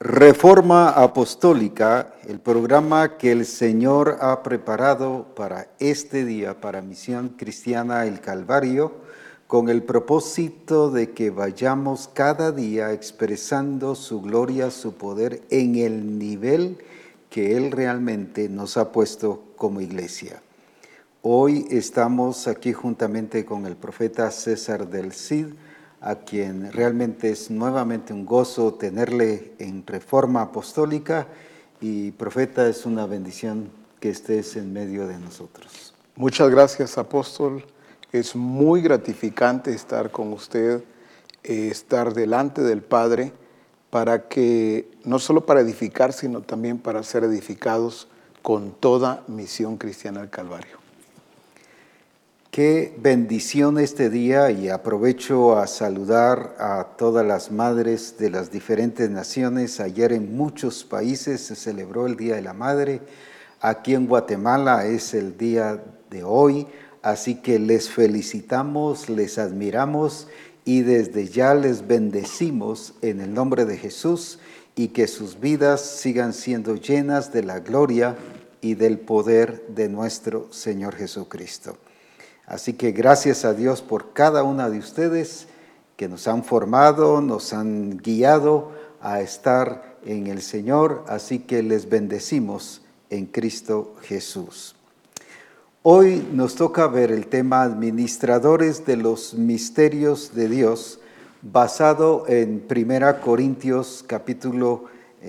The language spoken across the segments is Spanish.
Reforma Apostólica, el programa que el Señor ha preparado para este día, para Misión Cristiana El Calvario, con el propósito de que vayamos cada día expresando su gloria, su poder en el nivel que Él realmente nos ha puesto como iglesia. Hoy estamos aquí juntamente con el profeta César del Cid, a quien realmente es nuevamente un gozo tenerle en Reforma Apostólica, y profeta, es una bendición que estés en medio de nosotros. Muchas gracias, apóstol. Es muy gratificante estar con usted, estar delante del Padre, para que, no solo para edificar, sino también para ser edificados con toda Misión Cristiana al Calvario. Qué bendición este día, y aprovecho a saludar a todas las madres de las diferentes naciones. Ayer en muchos países se celebró el Día de la Madre. Aquí en Guatemala es el día de hoy, así que les felicitamos, les admiramos y desde ya les bendecimos en el nombre de Jesús, y que sus vidas sigan siendo llenas de la gloria y del poder de nuestro Señor Jesucristo. Así que gracias a Dios por cada una de ustedes que nos han formado, nos han guiado a estar en el Señor, así que les bendecimos en Cristo Jesús. Hoy nos toca ver el tema administradores de los misterios de Dios, basado en 1 Corintios capítulo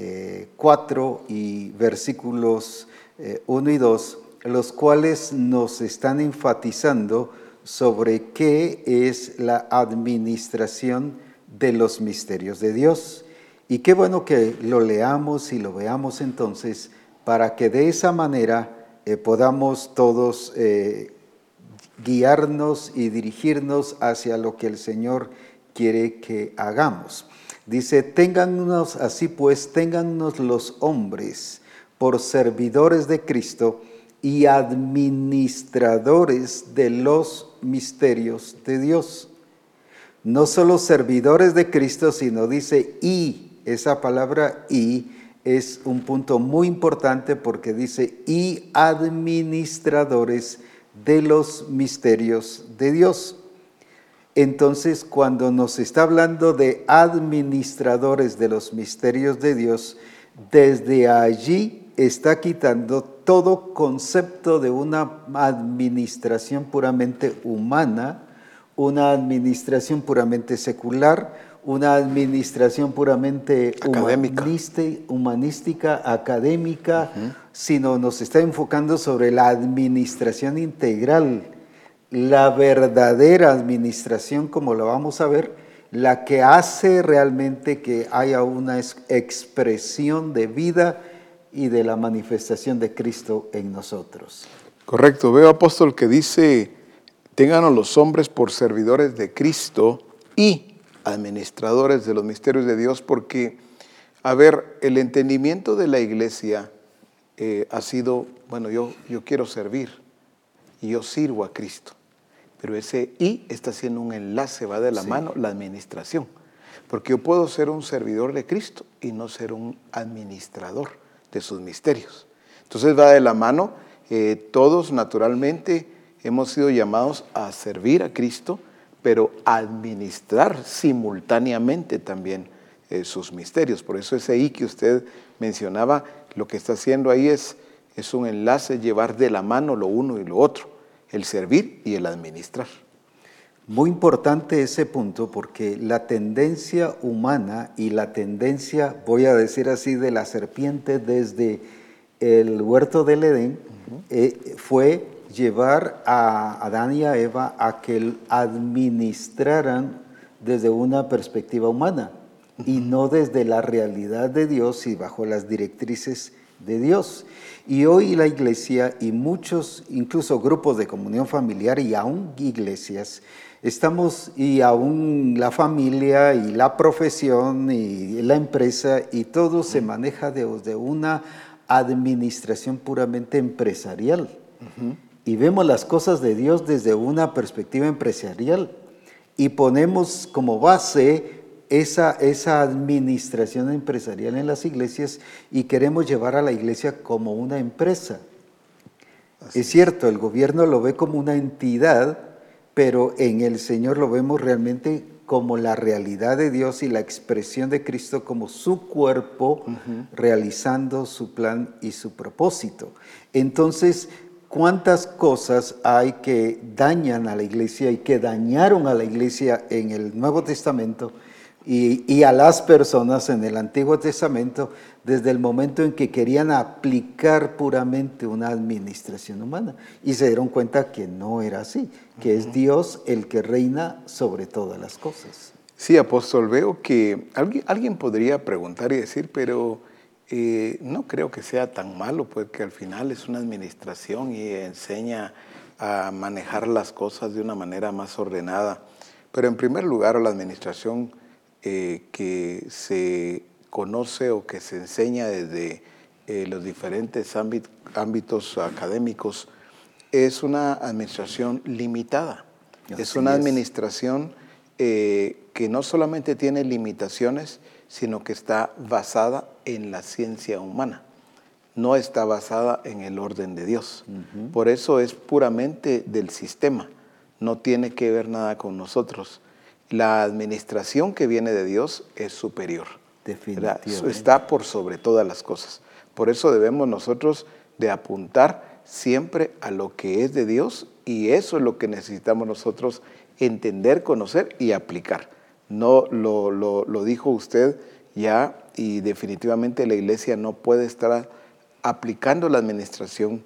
4 y versículos 1 y 2, los cuales nos están enfatizando sobre qué es la administración de los misterios de Dios. Y qué bueno que lo leamos y lo veamos entonces, para que de esa manera podamos todos guiarnos y dirigirnos hacia lo que el Señor quiere que hagamos. Dice: téngannos así pues, téngannos los hombres por servidores de Cristo y administradores de los misterios de Dios. No solo servidores de Cristo, sino dice y. Esa palabra y es un punto muy importante, porque dice y administradores de los misterios de Dios. Entonces, cuando nos está hablando de administradores de los misterios de Dios, desde allí está quitando todo concepto de una administración puramente humana, una administración puramente secular, una administración puramente humanística, académica, sino nos está enfocando sobre la administración integral, la verdadera administración, como lo vamos a ver, la que hace realmente que haya una expresión de vida y de la manifestación de Cristo en nosotros. Correcto. Veo, apóstol, que dice: ténganos los hombres por servidores de Cristo y administradores de los misterios de Dios, porque, a ver, el entendimiento de la iglesia ha sido, bueno, yo quiero servir y yo sirvo a Cristo, pero ese y está haciendo un enlace, va de la mano, la administración, porque yo puedo ser un servidor de Cristo y no ser un administrador de sus misterios. Entonces va de la mano. Todos naturalmente hemos sido llamados a servir a Cristo, pero a administrar simultáneamente también sus misterios. Por eso ese I que usted mencionaba, lo que está haciendo ahí es un enlace, llevar de la mano lo uno y lo otro, el servir y el administrar. Muy importante ese punto, porque la tendencia humana y la tendencia, voy a decir así, de la serpiente desde el huerto del Edén, fue llevar a Adán y a Eva a que administraran desde una perspectiva humana y no desde la realidad de Dios y bajo las directrices de Dios. Y hoy la iglesia y muchos, incluso grupos de comunión familiar y aún iglesias, estamos, y aún la familia y la profesión y la empresa, y todo se maneja desde una administración puramente empresarial. Y vemos las cosas de Dios desde una perspectiva empresarial y ponemos como base esa administración empresarial en las iglesias y queremos llevar a la iglesia como una empresa. Es cierto, el gobierno lo ve como una entidad, pero en el Señor lo vemos realmente como la realidad de Dios y la expresión de Cristo como su cuerpo, realizando su plan y su propósito. Entonces, ¿cuántas cosas hay que dañan a la iglesia y que dañaron a la iglesia en el Nuevo Testamento y a las personas en el Antiguo Testamento desde el momento en que querían aplicar puramente una administración humana y se dieron cuenta que no era así, que es Dios el que reina sobre todas las cosas? Sí, apóstol, veo que alguien podría preguntar y decir, pero no creo que sea tan malo, pues que al final es una administración y enseña a manejar las cosas de una manera más ordenada. Pero en primer lugar, la administración que se conoce o que se enseña desde los diferentes ámbitos académicos es una administración limitada. Es una administración que no solamente tiene limitaciones, sino que está basada en la ciencia humana. No está basada en el orden de Dios. Por eso es puramente del sistema. No tiene que ver nada con nosotros. La administración que viene de Dios es superior. Definitivamente. Está por sobre todas las cosas. Por eso debemos nosotros de apuntar siempre a lo que es de Dios, y eso es lo que necesitamos nosotros entender, conocer y aplicar. No lo dijo usted ya, y definitivamente la iglesia no puede estar aplicando la administración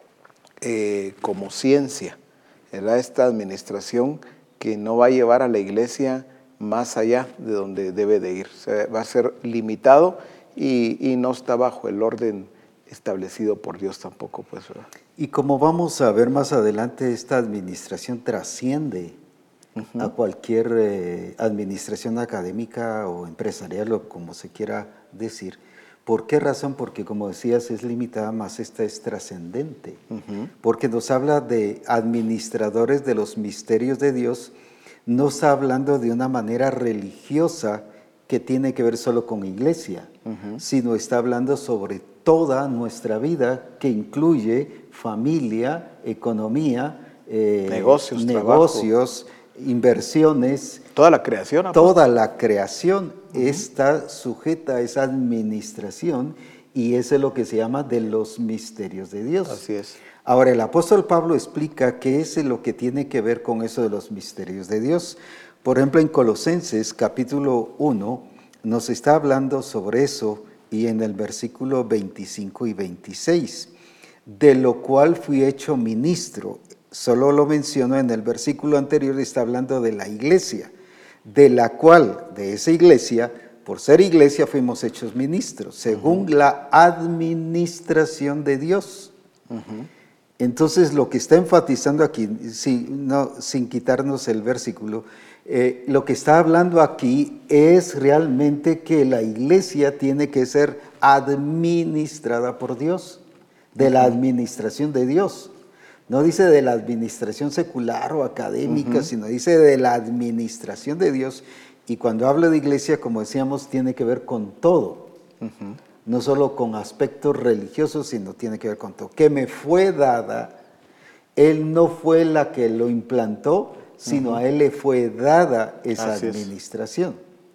como ciencia, ¿verdad? Esta administración que no va a llevar a la iglesia más allá de donde debe de ir. O sea, va a ser limitado y no está bajo el orden establecido por Dios tampoco, pues, ¿verdad? Y como vamos a ver más adelante, esta administración trasciende a cualquier administración académica o empresarial, o como se quiera decir. ¿Por qué razón? Porque, como decías, es limitada, más esta es trascendente. Porque nos habla de administradores de los misterios de Dios. No está hablando de una manera religiosa que tiene que ver solo con iglesia, sino está hablando sobre toda nuestra vida, que incluye familia, economía, negocios, inversiones. Toda la creación. Toda la creación está sujeta a esa administración, y eso es lo que se llama de los misterios de Dios. Así es. Ahora, el apóstol Pablo explica qué es lo que tiene que ver con eso de los misterios de Dios. Por ejemplo, en Colosenses capítulo 1 nos está hablando sobre eso, y en el versículo 25 y 26, de lo cual fui hecho ministro. Solo lo menciono en el versículo anterior, está hablando de la iglesia, de la cual, de esa iglesia, por ser iglesia fuimos hechos ministros, según la administración de Dios. Entonces, lo que está enfatizando aquí, sin quitarnos el versículo, lo que está hablando aquí es realmente que la iglesia tiene que ser administrada por Dios, de la administración de Dios. No dice de la administración secular o académica, sino dice de la administración de Dios. Y cuando habla de iglesia, como decíamos, tiene que ver con todo. No solo con aspectos religiosos, sino tiene que ver con todo. Que me fue dada, Él no fue la que lo implantó, sino a Él le fue dada esa administración.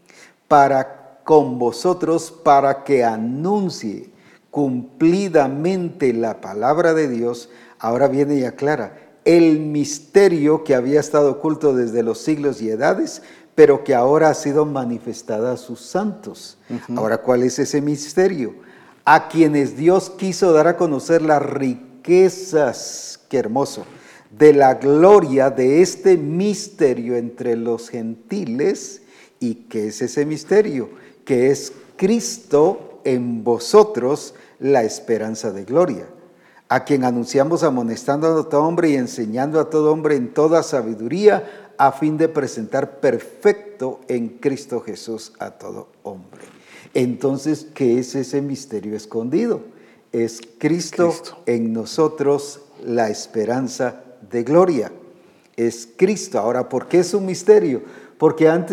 Con vosotros, para que anuncie cumplidamente la palabra de Dios. Ahora viene y aclara el misterio que había estado oculto desde los siglos y edades, pero que ahora ha sido manifestada a sus santos. Ahora, ¿cuál es ese misterio? A quienes Dios quiso dar a conocer las riquezas, qué hermoso, de la gloria de este misterio entre los gentiles. ¿Y qué es ese misterio? Que es Cristo en vosotros, la esperanza de gloria, a quien anunciamos amonestando a todo hombre y enseñando a todo hombre en toda sabiduría, a fin de presentar perfecto en Cristo Jesús a todo hombre. Entonces, ¿qué es ese misterio escondido? Es Cristo en nosotros, la esperanza de gloria. Es Cristo. Ahora, ¿por qué es un misterio? Porque antes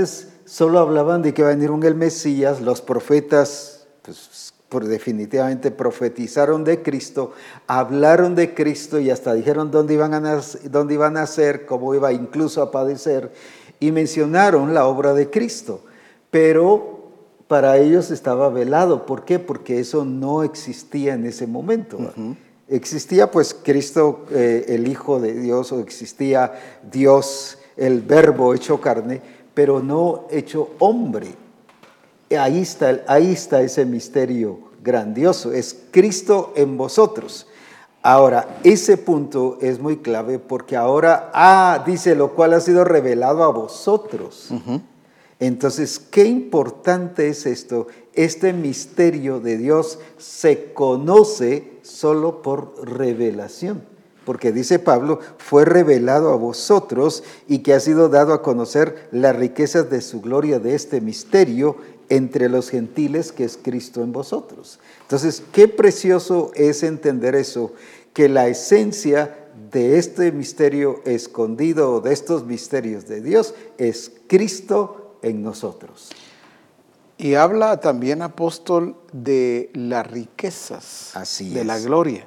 solo hablaban de que iba a venir el Mesías, los profetas, pues, definitivamente profetizaron de Cristo, hablaron de Cristo y hasta dijeron dónde iban a nacer, cómo iba incluso a padecer, y mencionaron la obra de Cristo. Pero para ellos estaba velado. ¿Por qué? Porque eso no existía en ese momento. Existía pues Cristo, el Hijo de Dios, o existía Dios, el Verbo hecho carne, pero no hecho hombre. Ahí está ese misterio grandioso, es Cristo en vosotros. Ahora, ese punto es muy clave porque ahora, dice, lo cual ha sido revelado a vosotros. Entonces, qué importante es esto. Este misterio de Dios se conoce solo por revelación. Porque dice Pablo, fue revelado a vosotros y que ha sido dado a conocer las riquezas de su gloria de este misterio entre los gentiles, que es Cristo en vosotros. Entonces, qué precioso es entender eso, que la esencia de este misterio escondido, o de estos misterios de Dios, es Cristo en nosotros. Y habla también, apóstol, de las riquezas de la gloria.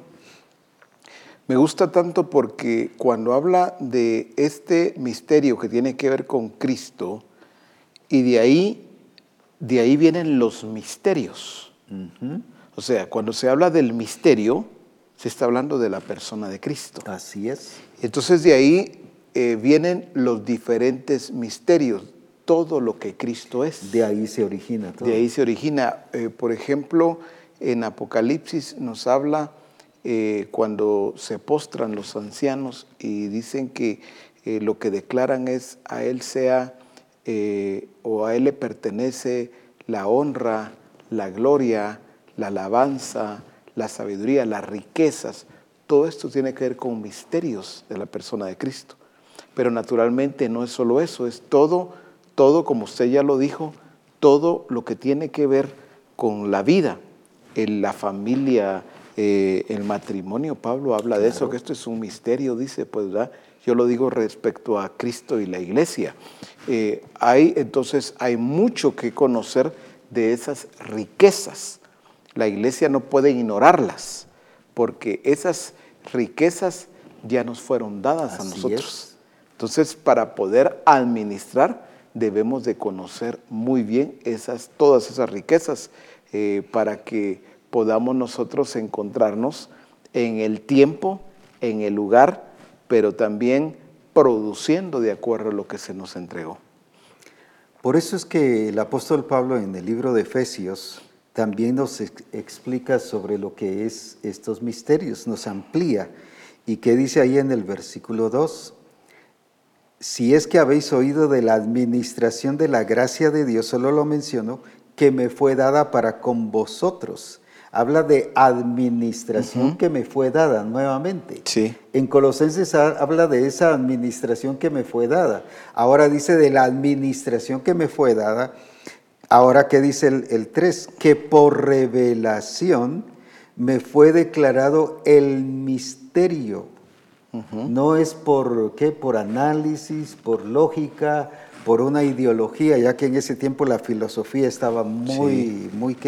Me gusta tanto porque cuando habla de este misterio que tiene que ver con Cristo, y de ahí vienen los misterios. O sea, cuando se habla del misterio, se está hablando de la persona de Cristo. Así es. Entonces de ahí vienen los diferentes misterios, todo lo que Cristo es. De ahí se origina todo. De ahí se origina. Por ejemplo, en Apocalipsis nos habla cuando se postran los ancianos y dicen que lo que declaran es a Él sea o a Él le pertenece la honra, la gloria, la alabanza, la sabiduría, las riquezas. Todo esto tiene que ver con misterios de la persona de Cristo. Pero naturalmente no es solo eso, es todo, como usted ya lo dijo, todo lo que tiene que ver con la vida, la familia, el matrimonio. Pablo habla de eso, que esto es un misterio, dice, pues, ¿verdad? Yo lo digo respecto a Cristo y la iglesia. Entonces hay mucho que conocer de esas riquezas. La iglesia no puede ignorarlas, porque esas riquezas ya nos fueron dadas a nosotros. Entonces, para poder administrar, debemos de conocer muy bien todas esas riquezas para que podamos nosotros encontrarnos en el tiempo, en el lugar, pero también produciendo de acuerdo a lo que se nos entregó. Por eso es que el apóstol Pablo en el libro de Efesios también nos explica sobre lo que es estos misterios, nos amplía. ¿Y qué dice ahí en el versículo 2? Si es que habéis oído de la administración de la gracia de Dios, solo lo menciono, que me fue dada para con vosotros. Habla de administración que me fue dada nuevamente. Sí. En Colosenses habla de esa administración que me fue dada. Ahora dice de la administración que me fue dada. Ahora, ¿qué dice el 3? Que por revelación me fue declarado el misterio. No es por análisis, por lógica, por una ideología, ya que en ese tiempo la filosofía estaba muy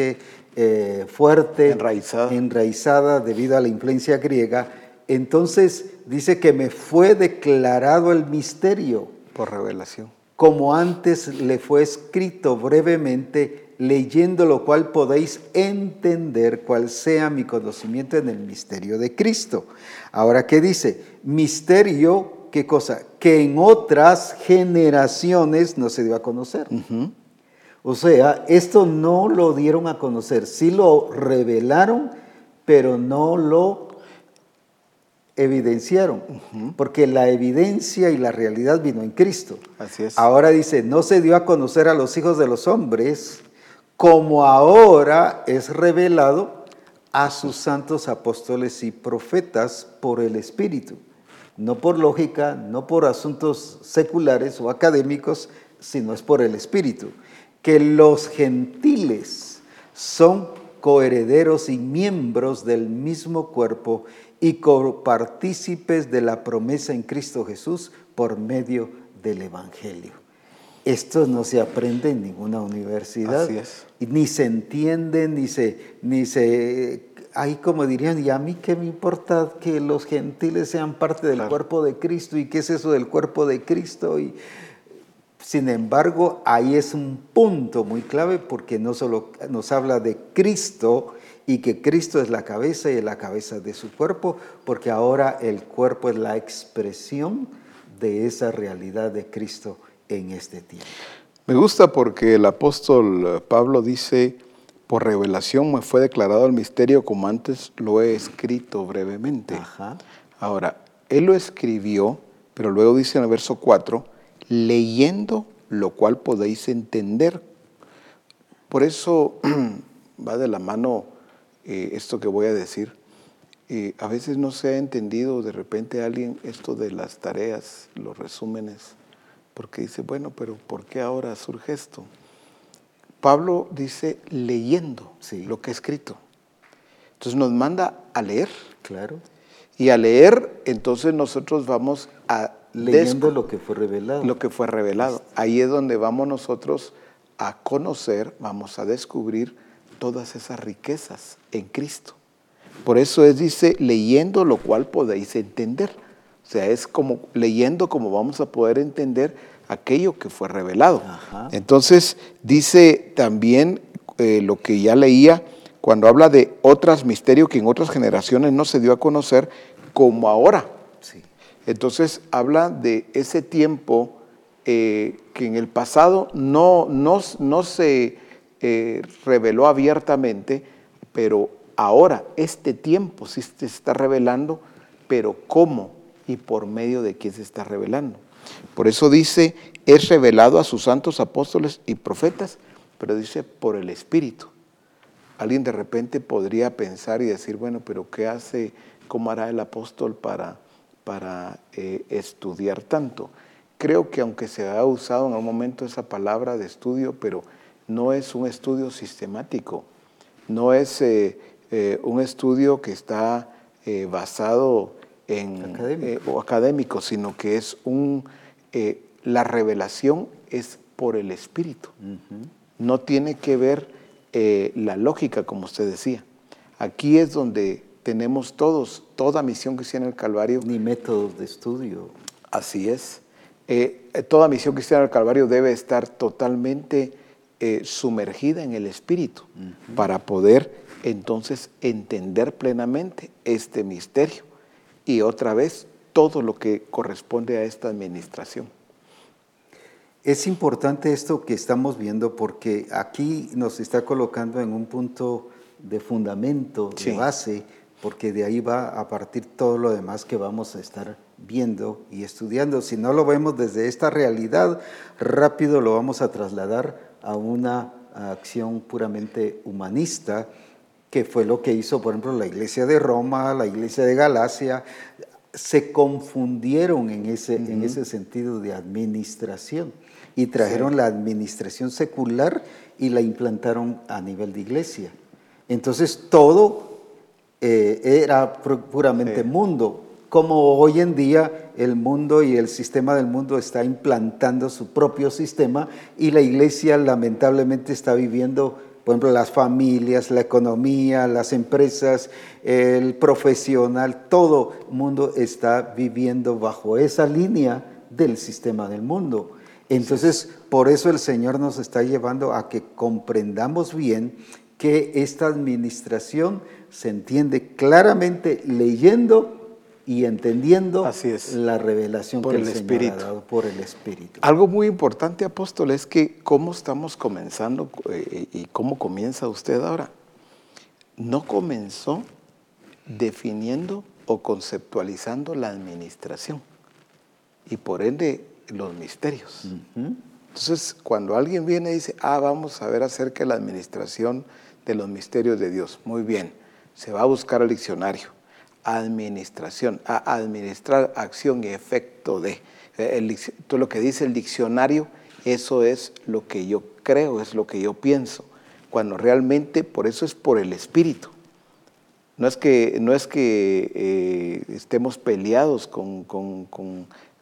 fuerte, enraizada debido a la influencia griega. Entonces dice que me fue declarado el misterio. Por revelación. Como antes le fue escrito brevemente, leyendo lo cual podéis entender cuál sea mi conocimiento en el misterio de Cristo. Ahora, ¿qué dice? Misterio, ¿qué cosa? Que en otras generaciones no se dio a conocer. O sea, esto no lo dieron a conocer, sí lo revelaron, pero no lo evidenciaron, porque la evidencia y la realidad vino en Cristo. Así es. Ahora dice, no se dio a conocer a los hijos de los hombres, como ahora es revelado a sus santos apóstoles y profetas por el Espíritu. No por lógica, no por asuntos seculares o académicos, sino es por el Espíritu. Que los gentiles son coherederos y miembros del mismo cuerpo y copartícipes de la promesa en Cristo Jesús por medio del Evangelio. Esto no se aprende en ninguna universidad. Así es. Y ni se entiende, ahí como dirían, ¿y a mí qué me importa que los gentiles sean parte del cuerpo de Cristo? ¿Y qué es eso del cuerpo de Cristo? Y sin embargo, ahí es un punto muy clave porque no solo nos habla de Cristo y que Cristo es la cabeza y es la cabeza de su cuerpo, porque ahora el cuerpo es la expresión de esa realidad de Cristo en este tiempo. Me gusta porque el apóstol Pablo dice, por revelación me fue declarado el misterio como antes lo he escrito brevemente. Ajá. Ahora, él lo escribió, pero luego dice en el verso 4, leyendo lo cual podéis entender. Por eso va de la mano esto que voy a decir. A veces no se ha entendido de repente alguien esto de las tareas, los resúmenes, porque dice, bueno, pero ¿por qué ahora surge esto? Pablo dice leyendo lo que ha escrito. Entonces nos manda a leer. Claro. Y a leer, entonces nosotros vamos a leyendo lo que fue revelado. Lo que fue revelado. Ahí es donde vamos nosotros a conocer, vamos a descubrir todas esas riquezas en Cristo. Por eso dice, leyendo lo cual podéis entender. O sea, es como leyendo como vamos a poder entender aquello que fue revelado. Ajá. Entonces, dice también lo que ya leía, cuando habla de otros misterios que en otras generaciones no se dio a conocer, como ahora. Sí. Entonces, habla de ese tiempo que en el pasado no se reveló abiertamente, pero ahora este tiempo sí se está revelando, pero ¿cómo y por medio de quién se está revelando? Por eso dice, es revelado a sus santos apóstoles y profetas, pero dice por el Espíritu. Alguien de repente podría pensar y decir, bueno, pero ¿qué hace, cómo hará el apóstol para estudiar tanto? Creo que aunque se ha usado en un momento esa palabra de estudio, pero no es un estudio sistemático, no es un estudio que está basado en académico, sino que es la revelación es por el Espíritu. Uh-huh. No tiene que ver la lógica, como usted decía. Aquí es donde tenemos toda misión cristiana en el Calvario. Ni métodos de estudio. Así es. Toda misión cristiana del Calvario debe estar totalmente sumergida en el Espíritu para poder entonces entender plenamente este misterio y otra vez todo lo que corresponde a esta administración. Es importante esto que estamos viendo porque aquí nos está colocando en un punto de fundamento, de base, porque de ahí va a partir todo lo demás que vamos a estar viendo y estudiando. Si no lo vemos desde esta realidad, rápido lo vamos a trasladar a una acción puramente humanista, que fue lo que hizo, por ejemplo, la Iglesia de Roma, la Iglesia de Galacia. Se confundieron en ese sentido de administración y trajeron la administración secular y la implantaron a nivel de iglesia. Entonces todo era puramente mundo, como hoy en día el mundo y el sistema del mundo está implantando su propio sistema y la iglesia lamentablemente está viviendo, por ejemplo, las familias, la economía, las empresas, el profesional, todo el mundo está viviendo bajo esa línea del sistema del mundo. Entonces, por eso el Señor nos está llevando a que comprendamos bien que esta administración se entiende claramente leyendo y entendiendo la revelación que el Señor ha dado por el Espíritu. Algo muy importante, apóstol, es que cómo estamos comenzando y cómo comienza usted ahora. No comenzó definiendo o conceptualizando la administración y por ende los misterios. Uh-huh. Entonces, cuando alguien viene y dice, vamos a ver acerca de la administración de los misterios de Dios, muy bien, se va a buscar el diccionario. Administración, a administrar acción y efecto de. Todo lo que dice el diccionario, eso es lo que yo creo, es lo que yo pienso, cuando realmente por eso es por el Espíritu. No es que estemos peleados con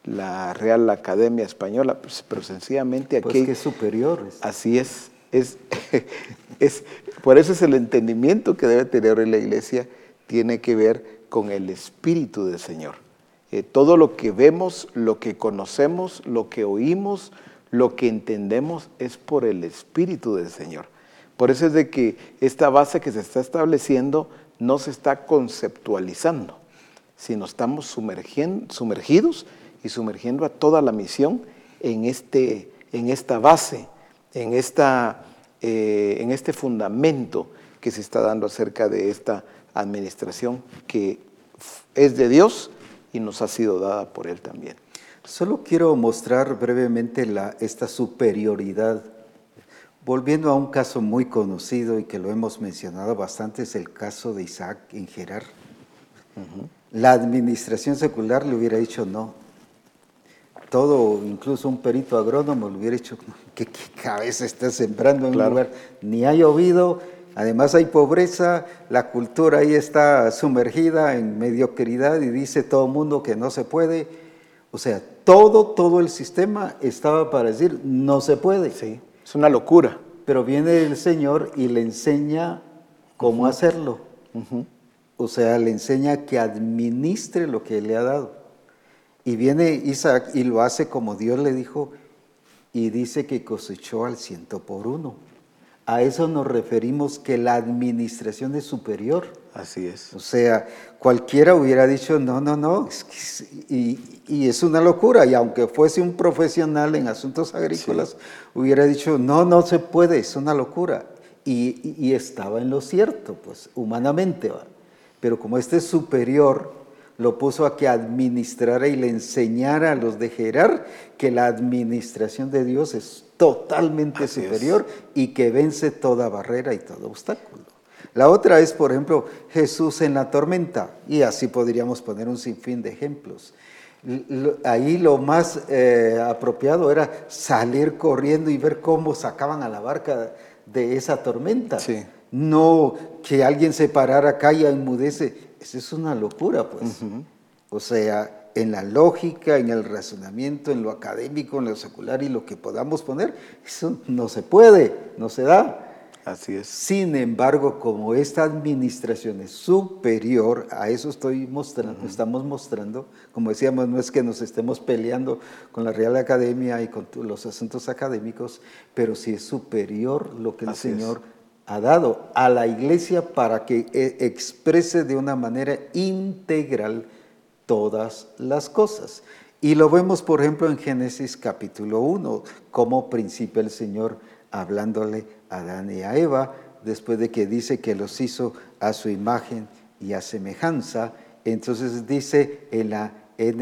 la Real Academia Española, pero sencillamente aquí... Pues que es superior. Así es. Por eso es el entendimiento que debe tener hoy la iglesia, tiene que ver con el Espíritu del Señor. Todo lo que vemos, lo que conocemos, lo que oímos, lo que entendemos es por el Espíritu del Señor. Por eso es de que esta base que se está estableciendo no se está conceptualizando, sino estamos sumergidos y sumergiendo a toda la misión en esta base, en este fundamento que se está dando acerca de esta administración que es de Dios y nos ha sido dada por Él también. Solo quiero mostrar brevemente esta superioridad. Volviendo a un caso muy conocido y que lo hemos mencionado bastante, es el caso de Isaac en Gerar. La administración secular le hubiera dicho no. Todo, incluso un perito agrónomo le hubiera dicho, ¿qué cabeza está sembrando en un lugar? Ni ha llovido, además hay pobreza, la cultura ahí está sumergida en mediocridad y dice todo el mundo que no se puede. O sea, todo el sistema estaba para decir, no se puede. Sí, es una locura. Pero viene el Señor y le enseña cómo hacerlo. O sea, le enseña que administre lo que le ha dado. Y viene Isaac y lo hace como Dios le dijo, y dice que cosechó al 100%. A eso nos referimos, que la administración es superior. Así es. O sea, cualquiera hubiera dicho, no, y es una locura. Y aunque fuese un profesional en asuntos agrícolas, hubiera dicho, no se puede, es una locura. Y estaba en lo cierto, pues, humanamente. ¿va? Pero como este es superior, lo puso a que administrara y le enseñara a los de Gerar que la administración de Dios es totalmente superior y que vence toda barrera y todo obstáculo. La otra es, por ejemplo, Jesús en la tormenta, y así podríamos poner un sinfín de ejemplos. Ahí lo más apropiado era salir corriendo y ver cómo sacaban a la barca de esa tormenta. Sí. No que alguien se parara acá y enmudece. Eso es una locura, pues. O sea, en la lógica, en el razonamiento, en lo académico, en lo secular y lo que podamos poner, eso no se puede, no se da. Así es. Sin embargo, como esta administración es superior, a eso estamos mostrando, como decíamos, no es que nos estemos peleando con la Real Academia y con los asuntos académicos, pero sí es superior lo que el Señor ha dado a la iglesia para que exprese de una manera integral todas las cosas. Y lo vemos, por ejemplo, en Génesis capítulo 1, cómo principia el Señor hablándole a Adán y a Eva, después de que dice que los hizo a su imagen y a semejanza. Entonces dice en la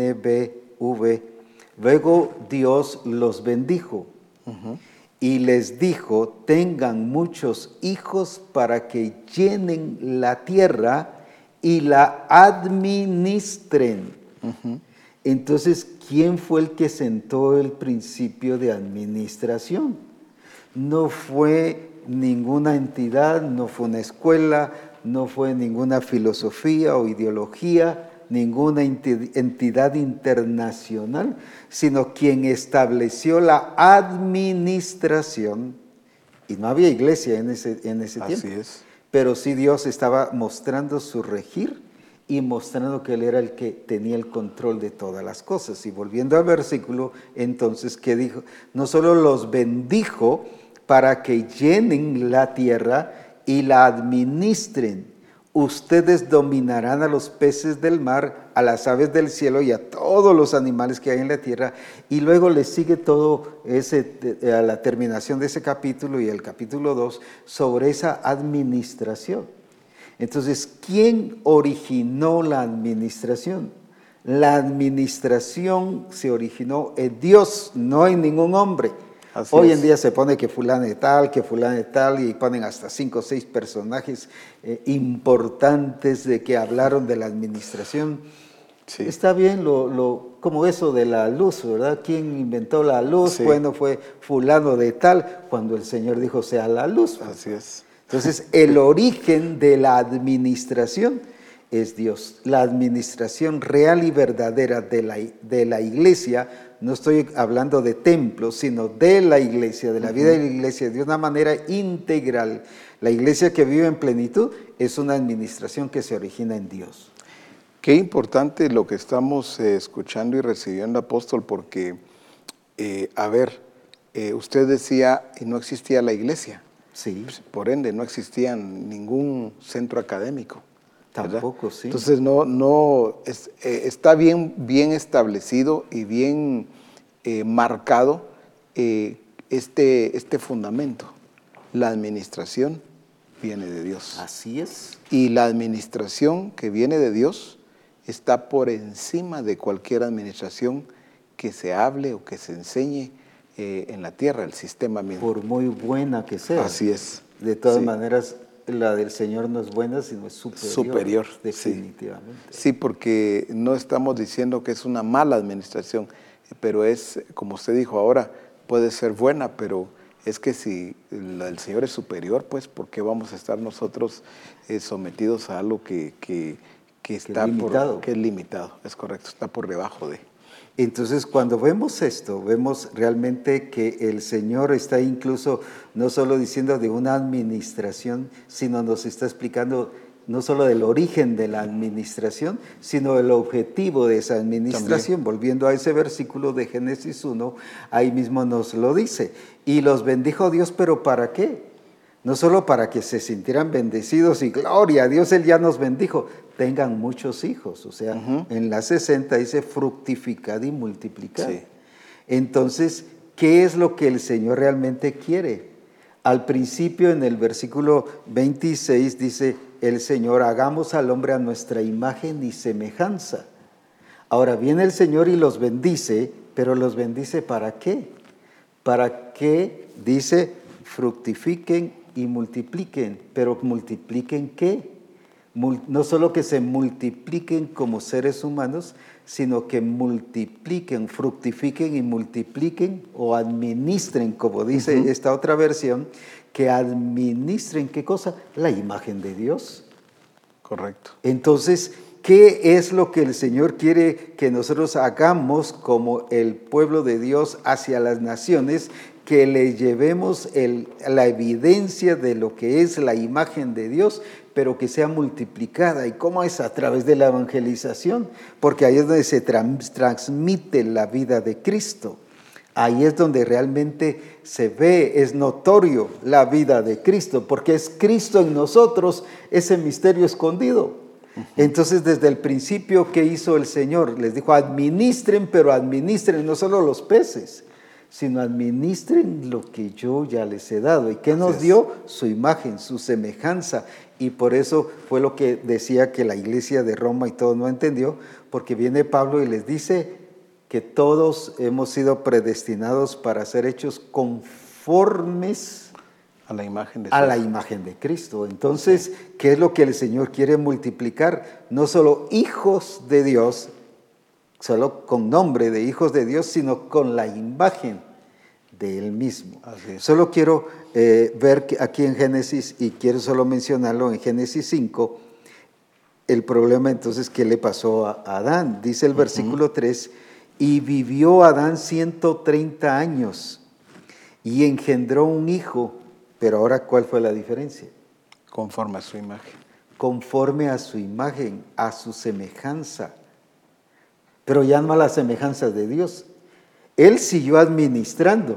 NBV, luego Dios los bendijo. Y les dijo, tengan muchos hijos para que llenen la tierra y la administren. Entonces, ¿quién fue el que sentó el principio de administración? No fue ninguna entidad, no fue una escuela, no fue ninguna filosofía o ideología, ninguna entidad internacional, sino quien estableció la administración, y no había iglesia en ese tiempo. Así es. Pero sí Dios estaba mostrando su regir y mostrando que Él era el que tenía el control de todas las cosas. Y volviendo al versículo, entonces, ¿qué dijo? No solo los bendijo para que llenen la tierra y la administren. Ustedes dominarán a los peces del mar, a las aves del cielo y a todos los animales que hay en la tierra. Y luego le sigue todo a la terminación de ese capítulo y el capítulo 2 sobre esa administración. Entonces, ¿quién originó la administración? La administración se originó en Dios, no en ningún hombre. Hoy en día se pone que fulano de tal, y ponen hasta 5 o 6 personajes importantes de que hablaron de la administración. Sí. Está bien como eso de la luz, ¿verdad? ¿Quién inventó la luz? Sí. Bueno, fue fulano de tal, cuando el Señor dijo sea la luz. Así es. Entonces, el origen de la administración es Dios. La administración real y verdadera de la iglesia, no estoy hablando de templos, sino de la iglesia, de la vida de la iglesia, de una manera integral. La iglesia que vive en plenitud es una administración que se origina en Dios. Qué importante lo que estamos escuchando y recibiendo, apóstol, porque, usted decía, y no existía la iglesia. Sí. Pues, por ende, no existía ningún centro académico. ¿verdad? Tampoco, sí. Entonces, está bien establecido y bien marcado este fundamento. La administración viene de Dios. Así es. Y la administración que viene de Dios está por encima de cualquier administración que se hable o que se enseñe en la tierra, el sistema mismo. Por muy buena que sea. Así es. De todas Sí. maneras, la del Señor no es buena, sino es superior. Definitivamente. Sí, porque no estamos diciendo que es una mala administración, pero es, como usted dijo ahora, puede ser buena, pero es que si la del Señor es superior, pues, ¿por qué vamos a estar nosotros sometidos a algo que está limitado. que es limitado? Es correcto, está por debajo de. Entonces, cuando vemos esto, vemos realmente que el Señor está incluso no solo diciendo de una administración, sino nos está explicando no solo del origen de la administración, sino del objetivo de esa administración. También. Volviendo a ese versículo de Génesis 1, ahí mismo nos lo dice. Y los bendijo Dios, ¿pero para qué? No solo para que se sintieran bendecidos y gloria a Dios, Él ya nos bendijo. Tengan muchos hijos, o sea, en la 60 dice fructificad y multiplicad. Sí. Entonces, ¿qué es lo que el Señor realmente quiere? Al principio, en el versículo 26, dice el Señor, hagamos al hombre a nuestra imagen y semejanza. Ahora viene el Señor y los bendice, pero los bendice ¿para qué? Para que, dice, fructifiquen y multipliquen, pero multipliquen ¿qué? No solo que se multipliquen como seres humanos, sino que multipliquen, fructifiquen y multipliquen o administren, como dice esta otra versión, que administren, ¿qué cosa? La imagen de Dios. Correcto. Entonces, ¿qué es lo que el Señor quiere que nosotros hagamos como el pueblo de Dios hacia las naciones? Que le llevemos la evidencia de lo que es la imagen de Dios, pero que sea multiplicada. ¿Y cómo es? A través de la evangelización, porque ahí es donde se transmite la vida de Cristo. Ahí es donde realmente se ve, es notorio la vida de Cristo, porque es Cristo en nosotros, ese misterio escondido. Entonces, desde el principio, ¿qué hizo el Señor? Les dijo, administren, pero administren no solo los peces, sino administren lo que yo ya les he dado. ¿Y qué nos dio? Su imagen, su semejanza. Y por eso fue lo que decía que la iglesia de Roma y todo no entendió, porque viene Pablo y les dice que todos hemos sido predestinados para ser hechos conformes a la imagen de Cristo. Entonces, ¿qué es lo que el Señor quiere multiplicar? No solo hijos de Dios, solo con nombre de hijos de Dios, sino con la imagen de Él mismo. Solo quiero ver aquí en Génesis, y quiero solo mencionarlo en Génesis 5, el problema entonces que le pasó a Adán. Dice el versículo 3, y vivió Adán 130 años y engendró un hijo, pero ahora ¿cuál fue la diferencia? Conforme a su imagen. Conforme a su imagen, a su semejanza. Pero ya no a la semejanza de Dios. Él siguió administrando.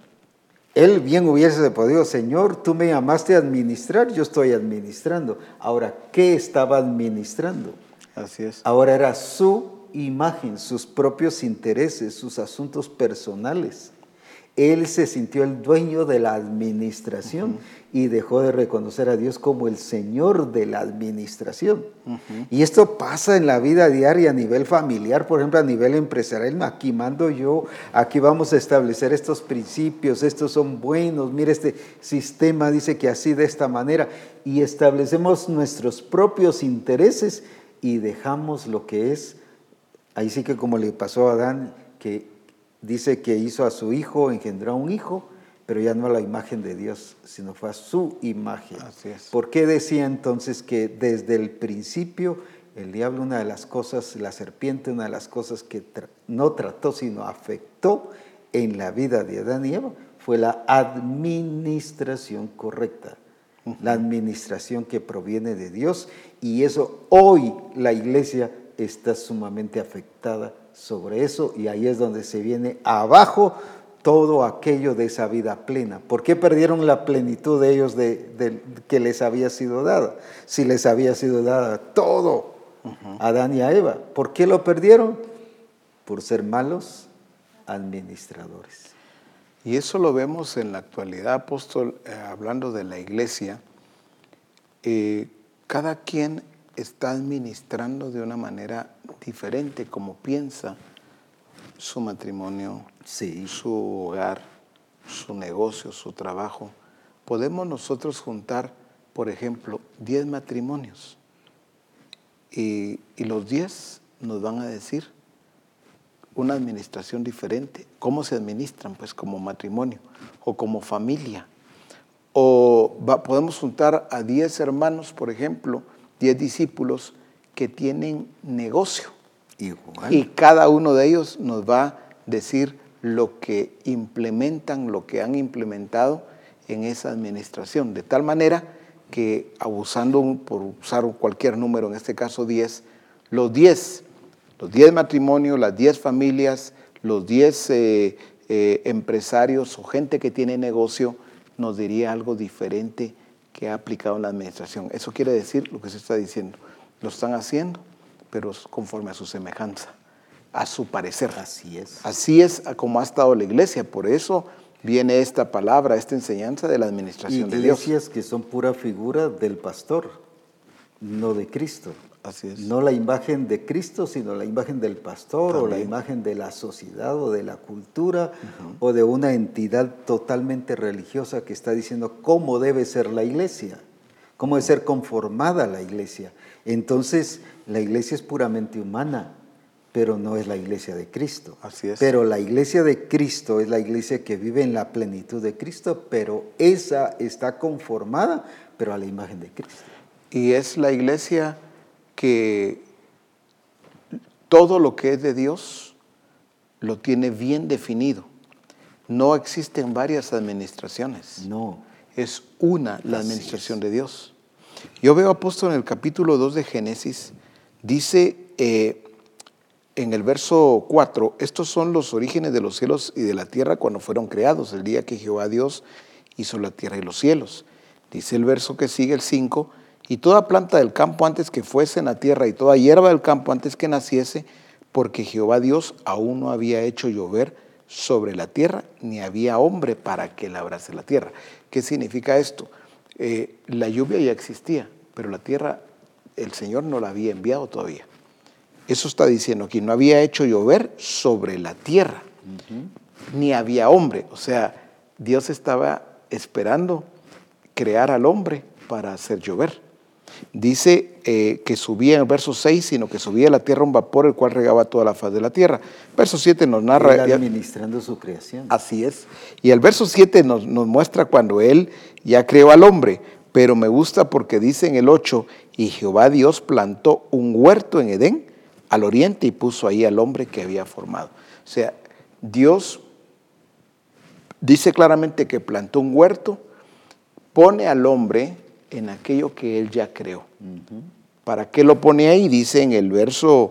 Él bien hubiese podido, Señor, tú me llamaste a administrar, yo estoy administrando. Ahora, ¿qué estaba administrando? Así es. Ahora era su imagen, sus propios intereses, sus asuntos personales. Él se sintió el dueño de la administración y dejó de reconocer a Dios como el Señor de la administración. Y esto pasa en la vida diaria a nivel familiar, por ejemplo, a nivel empresarial. Aquí mando yo, aquí vamos a establecer estos principios, estos son buenos, mire este sistema dice que así de esta manera, y establecemos nuestros propios intereses y dejamos lo que es, ahí sí que como le pasó a Adán, que dice que hizo a su hijo, engendró a un hijo, pero ya no a la imagen de Dios, sino fue a su imagen. Así es. ¿Por qué decía entonces que desde el principio El diablo, una de las cosas, la serpiente, una de las cosas que no trató, sino afectó en la vida de Adán y Eva, fue la administración correcta, la administración que proviene de Dios, y eso hoy la iglesia está sumamente afectada sobre eso, y ahí es donde se viene abajo todo aquello de esa vida plena. ¿Por qué perdieron la plenitud de ellos que les había sido dada? Si les había sido dada todo a Adán y a Eva. ¿Por qué lo perdieron? Por ser malos administradores. Y eso lo vemos en la actualidad, apóstol, hablando de la iglesia. Cada quien está administrando de una manera diferente, como piensa su matrimonio, Sí. su hogar, su negocio, su trabajo. Podemos nosotros juntar, por ejemplo, 10 matrimonios y los 10 nos van a decir una administración diferente. ¿Cómo se administran? Pues como matrimonio o como familia. O podemos juntar a 10 hermanos, por ejemplo, 10 discípulos que tienen negocio. Igual. Y cada uno de ellos nos va a decir lo que implementan, lo que han implementado en esa administración. De tal manera que, por usar cualquier número, en este caso 10, los 10 matrimonios, las 10 familias, los 10 empresarios o gente que tiene negocio, nos diría algo diferente que ha aplicado en la administración. Eso quiere decir lo que se está diciendo. Lo están haciendo, pero conforme a su semejanza, a su parecer. Así es. Así es como ha estado la iglesia. Por eso viene esta palabra, esta enseñanza de la administración de Dios. Iglesias que son pura figura del pastor, no de Cristo. Así es. No la imagen de Cristo, sino la imagen del pastor. También. O la imagen de la sociedad o de la cultura o de una entidad totalmente religiosa que está diciendo cómo debe ser la iglesia, cómo debe ser conformada la iglesia. Entonces, la iglesia es puramente humana, pero no es la iglesia de Cristo. Así es. Pero la iglesia de Cristo es la iglesia que vive en la plenitud de Cristo, pero esa está conformada, pero a la imagen de Cristo. Y es la iglesia que todo lo que es de Dios lo tiene bien definido. No existen varias administraciones. No. Es una la administración de Dios. Yo veo, apóstol, en el capítulo 2 de Génesis, dice en el verso 4, estos son los orígenes de los cielos y de la tierra cuando fueron creados, el día que Jehová Dios hizo la tierra y los cielos. Dice el verso que sigue, el 5, y toda planta del campo antes que fuese en la tierra y toda hierba del campo antes que naciese, porque Jehová Dios aún no había hecho llover sobre la tierra, ni había hombre para que labrase la tierra. ¿Qué significa esto? La lluvia ya existía, pero la tierra el Señor no la había enviado todavía. Eso está diciendo aquí, no había hecho llover sobre la tierra, ni había hombre. O sea, Dios estaba esperando crear al hombre para hacer llover. Dice que subía en el verso 6, sino que subía a la tierra un vapor el cual regaba toda la faz de la tierra. Verso 7 nos narra... Él administrando su creación. Así es. Y el verso 7 nos muestra cuando Él ya creó al hombre, pero me gusta porque dice en el 8, y Jehová Dios plantó un huerto en Edén al oriente y puso ahí al hombre que había formado. O sea, Dios dice claramente que plantó un huerto, pone al hombre en aquello que Él ya creó. ¿Para qué lo pone ahí? Dice en el verso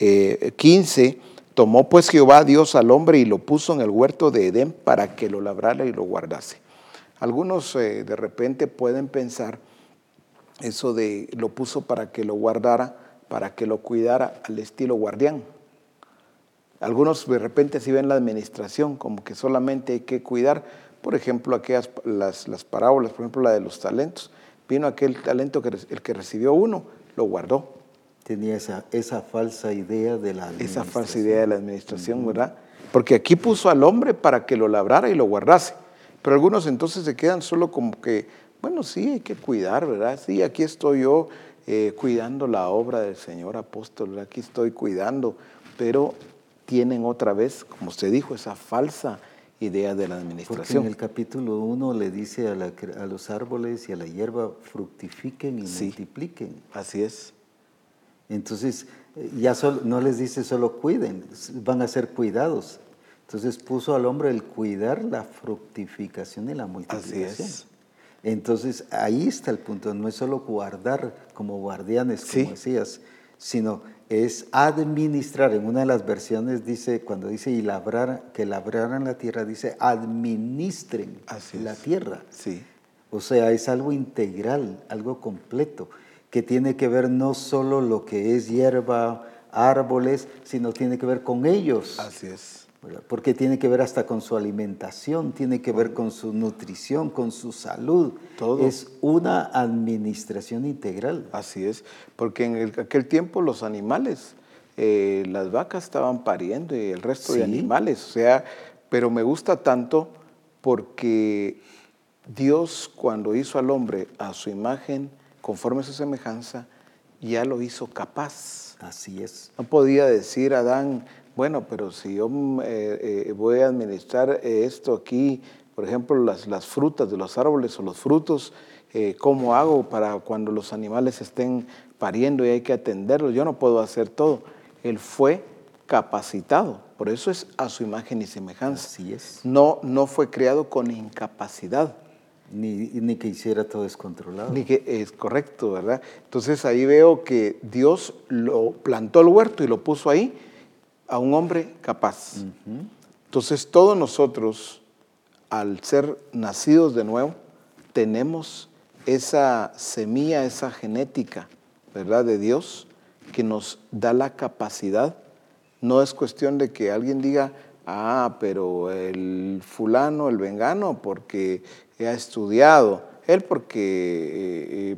15, tomó pues Jehová Dios al hombre y lo puso en el huerto de Edén para que lo labrara y lo guardase. Algunos de repente pueden pensar eso de lo puso para que lo guardara, para que lo cuidara al estilo guardián. Algunos de repente sí ven la administración como que solamente hay que cuidar, por ejemplo, las parábolas, por ejemplo, la de los talentos. Vino aquel talento que el que recibió uno, lo guardó. Tenía esa falsa idea de la administración. Esa falsa idea de la administración, ¿verdad? Porque aquí puso al hombre para que lo labrara y lo guardase. Pero algunos entonces se quedan solo como que, bueno, sí, hay que cuidar, ¿verdad? Sí, aquí estoy yo cuidando la obra del Señor apóstol, ¿verdad? Aquí estoy cuidando, pero tienen otra vez, como usted dijo, esa falsa idea de la administración. Porque en el capítulo 1 le dice a los árboles y a la hierba fructifiquen y multipliquen. Así es. Entonces, ya no les dice solo cuiden, van a ser cuidados. Entonces puso al hombre el cuidar la fructificación y la multiplicación. Así es. Entonces ahí está el punto, no es solo guardar como guardianes, como Sí. decías, sino es administrar. En una de las versiones dice, cuando dice y labrar, que labraran la tierra, dice administren Así la es. tierra. Sí. O sea, es algo integral, algo completo, que tiene que ver no solo lo que es hierba, árboles, sino tiene que ver con ellos. Así es. ¿Verdad? Porque tiene que ver hasta con su alimentación, tiene que ver con su nutrición, con su salud. Todo. Es una administración integral. Así es, porque en aquel tiempo los animales, las vacas estaban pariendo y el resto de Sí. animales, o sea, pero me gusta tanto porque Dios cuando hizo al hombre a su imagen, conforme a su semejanza, ya lo hizo capaz. Así es. No podía decir Adán, bueno, pero si yo voy a administrar esto aquí, por ejemplo, las frutas de los árboles o los frutos, ¿cómo hago para cuando los animales estén pariendo y hay que atenderlos? Yo no puedo hacer todo. Él fue capacitado, por eso es a su imagen y semejanza. Así es. No fue creado con incapacidad. Ni que hiciera todo descontrolado. Ni que es correcto, ¿verdad? Entonces ahí veo que Dios lo plantó el huerto y lo puso ahí a un hombre capaz. Entonces todos nosotros, al ser nacidos de nuevo, tenemos esa semilla, esa genética, ¿verdad? De Dios que nos da la capacidad. No es cuestión de que alguien diga, pero el fulano, el vengano, porque ha estudiado, él porque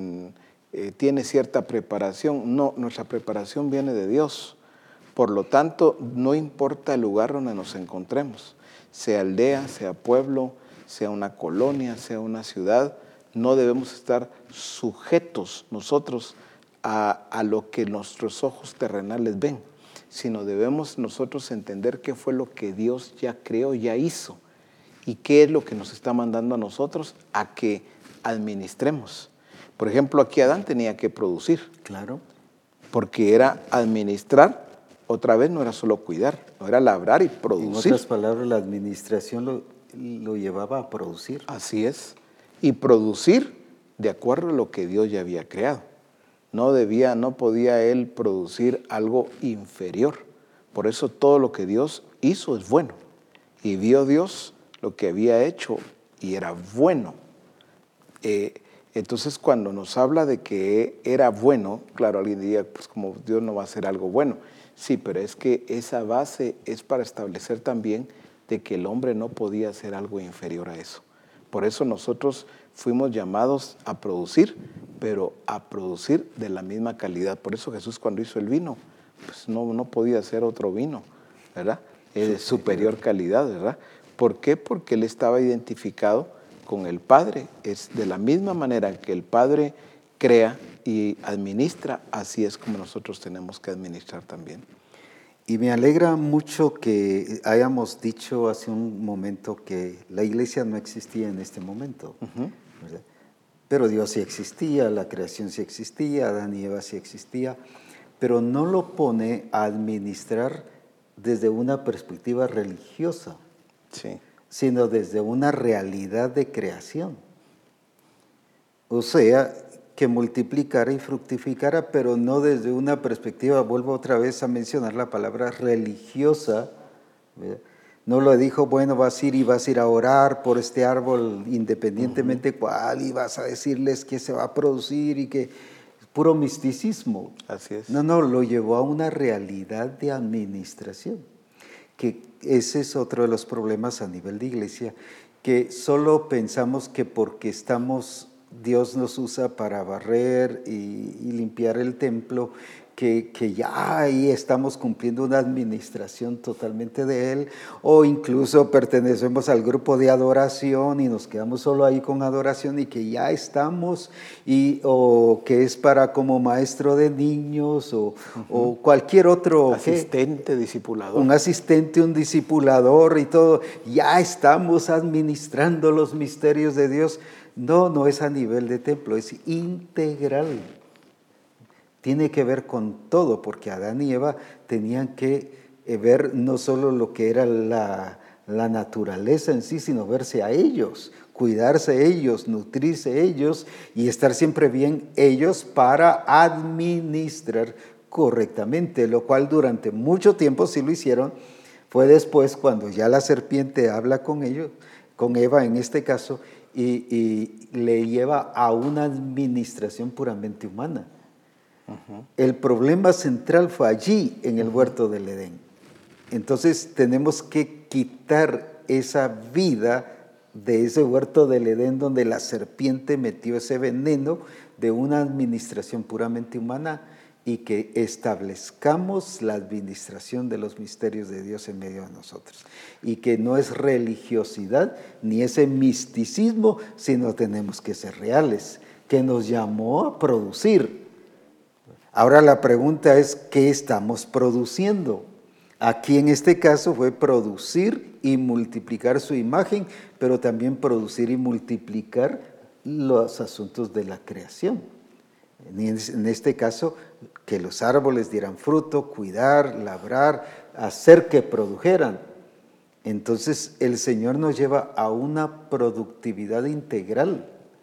tiene cierta preparación. No, nuestra preparación viene de Dios. Por lo tanto, no importa el lugar donde nos encontremos, sea aldea, sea pueblo, sea una colonia, sea una ciudad, no debemos estar sujetos nosotros a lo que nuestros ojos terrenales ven, sino debemos nosotros entender qué fue lo que Dios ya creó, ya hizo, y qué es lo que nos está mandando a nosotros a que administremos. Por ejemplo, aquí Adán tenía que producir. Claro. Porque era administrar, otra vez no era solo cuidar, no era labrar y producir. En otras palabras, la administración lo llevaba a producir. Así es. Y producir de acuerdo a lo que Dios ya había creado. No podía él producir algo inferior. Por eso todo lo que Dios hizo es bueno. Y vio Dios lo que había hecho y era bueno. Entonces cuando nos habla de que era bueno, claro, alguien diría, pues como Dios no va a hacer algo bueno. Sí, pero es que esa base es para establecer también de que el hombre no podía hacer algo inferior a eso. Por eso nosotros fuimos llamados a producir, pero a producir de la misma calidad. Por eso Jesús cuando hizo el vino, pues no podía hacer otro vino, ¿verdad? Es de superior calidad, ¿verdad? ¿Por qué? Porque él estaba identificado con el Padre. Es de la misma manera que el Padre crea y administra, así es como nosotros tenemos que administrar también. Y me alegra mucho que hayamos dicho hace un momento que la iglesia no existía en este momento, ¿verdad? Pero Dios sí existía, la creación sí existía, Adán y Eva sí existía, pero no lo pone a administrar desde una perspectiva religiosa, Sí. sino desde una realidad de creación. O sea, que multiplicara y fructificara, pero no desde una perspectiva, vuelvo otra vez a mencionar la palabra religiosa, ¿verdad? No lo dijo, bueno, vas a ir a orar por este árbol independientemente cuál, y vas a decirles que se va a producir y que puro misticismo. Así es. No, lo llevó a una realidad de administración, que ese es otro de los problemas a nivel de iglesia, que solo pensamos que porque Dios nos usa para barrer y limpiar el templo, que ya ahí estamos cumpliendo una administración totalmente de Él, o incluso pertenecemos al grupo de adoración y nos quedamos solo ahí con adoración y que ya estamos, o que es para como maestro de niños o cualquier otro asistente, discipulador. Un asistente, un discipulador y todo, ya estamos administrando los misterios de Dios. No es a nivel de templo, es integral. Tiene que ver con todo, porque Adán y Eva tenían que ver no solo lo que era la naturaleza en sí, sino verse a ellos, cuidarse ellos, nutrirse ellos y estar siempre bien ellos para administrar correctamente, lo cual durante mucho tiempo sí lo hicieron. Fue después cuando ya la serpiente habla con ellos, con Eva en este caso, y le lleva a una administración puramente humana. El problema central fue allí, en el huerto del Edén. Entonces tenemos que quitar esa vida de ese huerto del Edén donde la serpiente metió ese veneno de una administración puramente humana y que establezcamos la administración de los misterios de Dios en medio de nosotros. Y que no es religiosidad ni ese misticismo, sino tenemos que ser reales, que nos llamó a producir. Ahora la pregunta es, ¿qué estamos produciendo? Aquí en este caso fue producir y multiplicar su imagen, pero también producir y multiplicar los asuntos de la creación. En este caso, que los árboles dieran fruto, cuidar, labrar, hacer que produjeran. Entonces el Señor nos lleva a una productividad integral.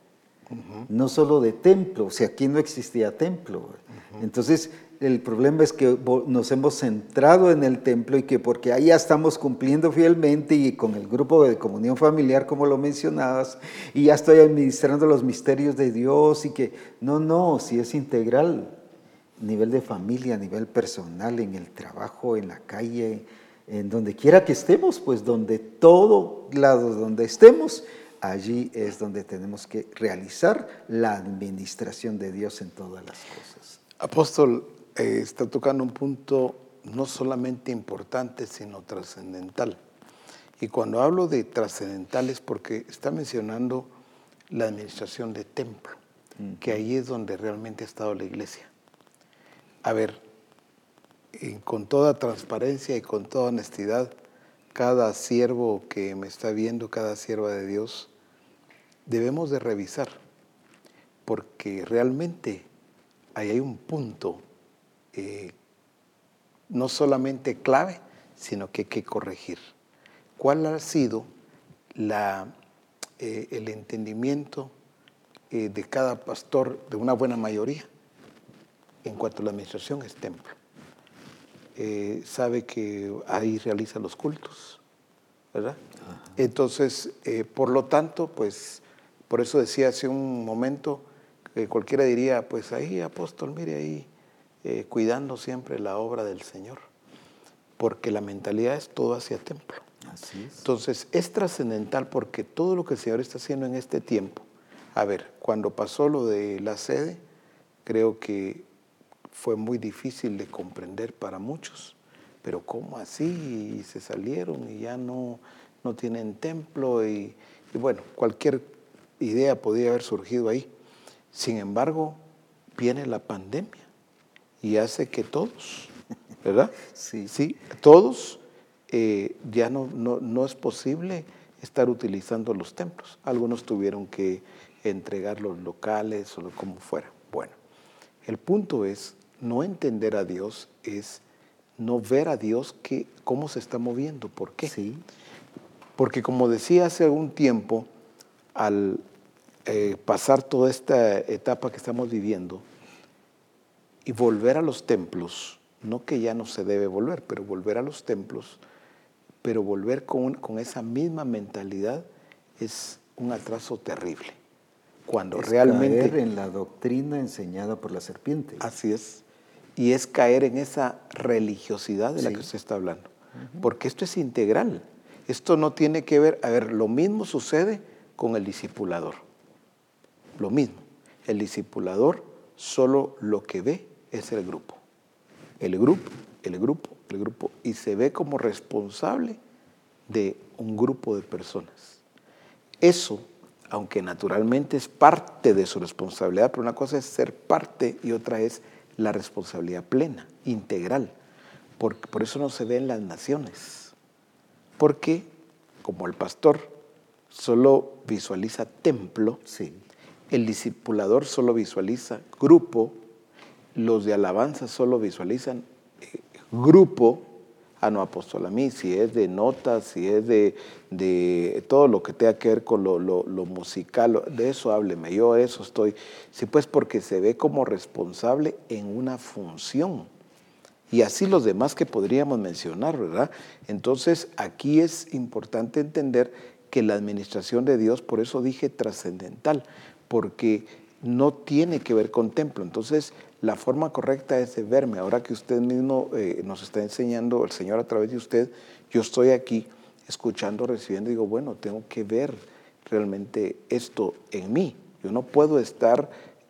No solo de templo, o sea, aquí no existía templo. Entonces, el problema es que nos hemos centrado en el templo y que porque ahí ya estamos cumpliendo fielmente y con el grupo de comunión familiar, como lo mencionabas, y ya estoy administrando los misterios de Dios y que, no, si es integral, nivel de familia, a nivel personal, en el trabajo, en la calle, en donde quiera que estemos, pues donde todo lado donde estemos, allí es donde tenemos que realizar la administración de Dios en todas las cosas. Apóstol, está tocando un punto no solamente importante, sino trascendental. Y cuando hablo de trascendental es porque está mencionando la administración de templo, que ahí es donde realmente ha estado la iglesia. A ver, con toda transparencia y con toda honestidad, cada siervo que me está viendo, cada sierva de Dios, debemos de revisar, porque realmente ahí hay un punto no solamente clave, sino que hay que corregir. ¿Cuál ha sido el entendimiento de cada pastor, de una buena mayoría, en cuanto a la administración es templo? Sabe que ahí realiza los cultos, ¿verdad? Ajá. Entonces, por lo tanto, pues, por eso decía hace un momento, cualquiera diría, pues ahí, apóstol, mire ahí, cuidando siempre la obra del Señor, porque la mentalidad es todo hacia templo. Así es. Entonces, es trascendental porque todo lo que el Señor está haciendo en este tiempo, a ver, cuando pasó lo de la sede, creo que fue muy difícil de comprender para muchos, pero ¿cómo así? Y se salieron y ya no tienen templo y bueno, cualquier idea podía haber surgido ahí. Sin embargo, viene la pandemia y hace que todos, ¿verdad? Sí, todos ya no es posible estar utilizando los templos. Algunos tuvieron que entregar los locales o como fuera. Bueno, el punto es no entender a Dios, es no ver a Dios cómo se está moviendo. ¿Por qué? Sí. Porque como decía hace algún tiempo, al pasar toda esta etapa que estamos viviendo y volver a los templos, no que ya no se debe volver, pero volver a los templos, pero volver con esa misma mentalidad es un atraso terrible. Cuando es realmente caer en la doctrina enseñada por la serpiente. Así es. Y es caer en esa religiosidad de la que usted está hablando. Porque esto es integral. Esto no tiene que ver, lo mismo sucede con el discipulador. Lo mismo. El discipulador solo lo que ve es el grupo. El grupo. Y se ve como responsable de un grupo de personas. Eso, aunque naturalmente es parte de su responsabilidad, pero una cosa es ser parte y otra es la responsabilidad plena, integral. Por eso no se ve en las naciones. Porque, como el pastor solo visualiza templo, el discipulador solo visualiza grupo, los de alabanza solo visualizan grupo, no apóstol a mí, si es de notas, si es de todo lo que tenga que ver con lo musical, de eso hábleme, yo eso estoy, sí, pues porque se ve como responsable en una función. Y así los demás que podríamos mencionar, ¿verdad? Entonces, aquí es importante entender que la administración de Dios, por eso dije trascendental, porque no tiene que ver con templo. Entonces, la forma correcta es de verme. Ahora que usted mismo nos está enseñando, el Señor a través de usted, yo estoy aquí escuchando, recibiendo, y digo, bueno, tengo que ver realmente esto en mí. Yo no puedo estar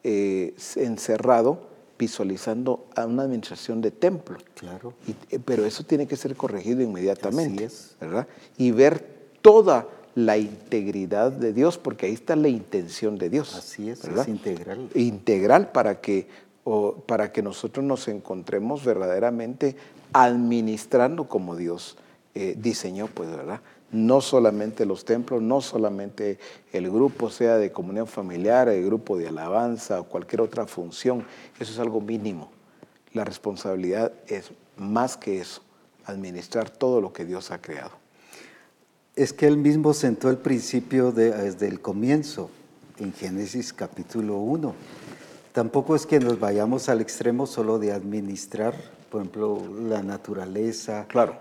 encerrado visualizando a una administración de templo. Claro. Pero eso tiene que ser corregido inmediatamente. Así es. ¿Verdad? Y ver toda la integridad de Dios, porque ahí está la intención de Dios. Así es, ¿verdad? es integral. Integral para que nosotros nos encontremos verdaderamente administrando como Dios diseñó, pues, ¿verdad? No solamente los templos, no solamente el grupo, sea de comunión familiar, el grupo de alabanza o cualquier otra función. Eso es algo mínimo. La responsabilidad es más que eso, administrar todo lo que Dios ha creado. Es que Él mismo sentó el principio desde el comienzo, en Génesis capítulo 1. Tampoco es que nos vayamos al extremo solo de administrar, por ejemplo, la naturaleza, claro.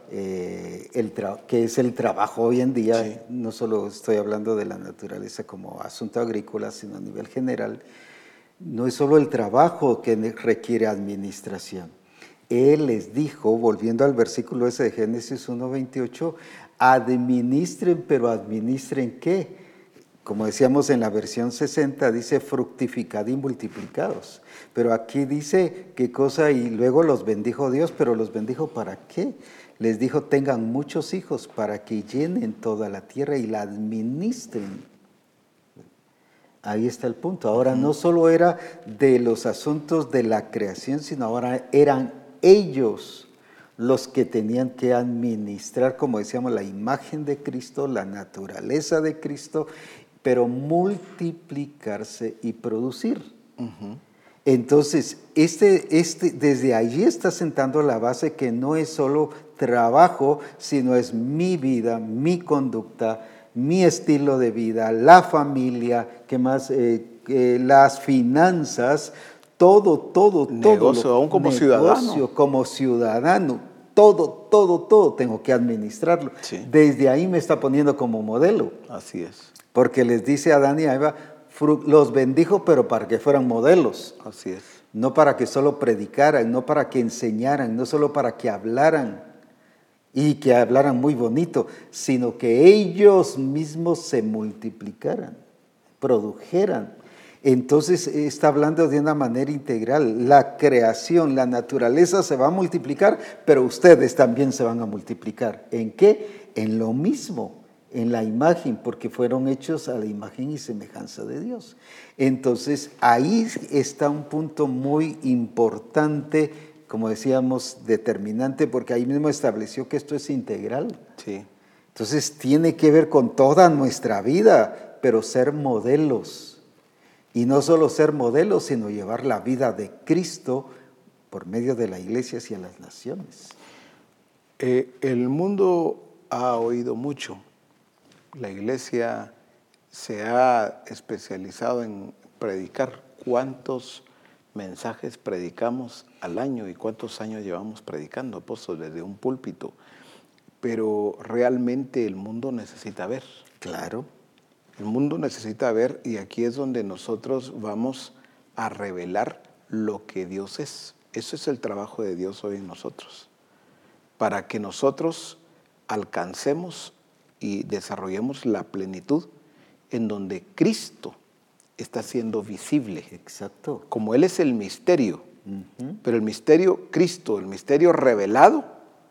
Que es el trabajo hoy en día. Sí. No solo estoy hablando de la naturaleza como asunto agrícola, sino a nivel general. No es solo el trabajo que requiere administración. Él les dijo, volviendo al versículo ese de Génesis 1:28, administren, pero administren ¿qué? Como decíamos en la versión 60, dice fructificad y multiplicados. Pero aquí dice qué cosa, y luego los bendijo Dios, pero los bendijo ¿para qué? Les dijo, tengan muchos hijos para que llenen toda la tierra y la administren. Ahí está el punto. Ahora no solo era de los asuntos de la creación, sino ahora eran ellos los que tenían que administrar, como decíamos, la imagen de Cristo, la naturaleza de Cristo, pero multiplicarse y producir. Entonces, desde allí está sentando la base que no es solo trabajo, sino es mi vida, mi conducta, mi estilo de vida, la familia, ¿qué más? Las finanzas, todo. Negocio, aún como ciudadano. Como ciudadano, todo tengo que administrarlo. Sí. Desde ahí me está poniendo como modelo. Así es. Porque les dice a Adán y a Eva, los bendijo, pero para que fueran modelos. Así es. No para que solo predicaran, no para que enseñaran, no solo para que hablaran y que hablaran muy bonito, sino que ellos mismos se multiplicaran, produjeran. Entonces está hablando de una manera integral. La creación, la naturaleza se va a multiplicar, pero ustedes también se van a multiplicar. ¿En qué? En lo mismo, en la imagen, porque fueron hechos a la imagen y semejanza de Dios. Entonces ahí está un punto muy importante, como decíamos, determinante, porque ahí mismo estableció que esto es integral. Sí. Entonces tiene que ver con toda nuestra vida, pero ser modelos. Y no solo ser modelos, sino llevar la vida de Cristo por medio de la iglesia hacia las naciones. El mundo ha oído mucho. La iglesia se ha especializado en predicar. ¿Cuántos mensajes predicamos al año y cuántos años llevamos predicando, apóstol, desde un púlpito? Pero realmente el mundo necesita ver. Claro. El mundo necesita ver, y aquí es donde nosotros vamos a revelar lo que Dios es. Ese es el trabajo de Dios hoy en nosotros, para que nosotros alcancemos y desarrollemos la plenitud en donde Cristo está siendo visible. Exacto. Como Él es el misterio, pero el misterio Cristo, el misterio revelado,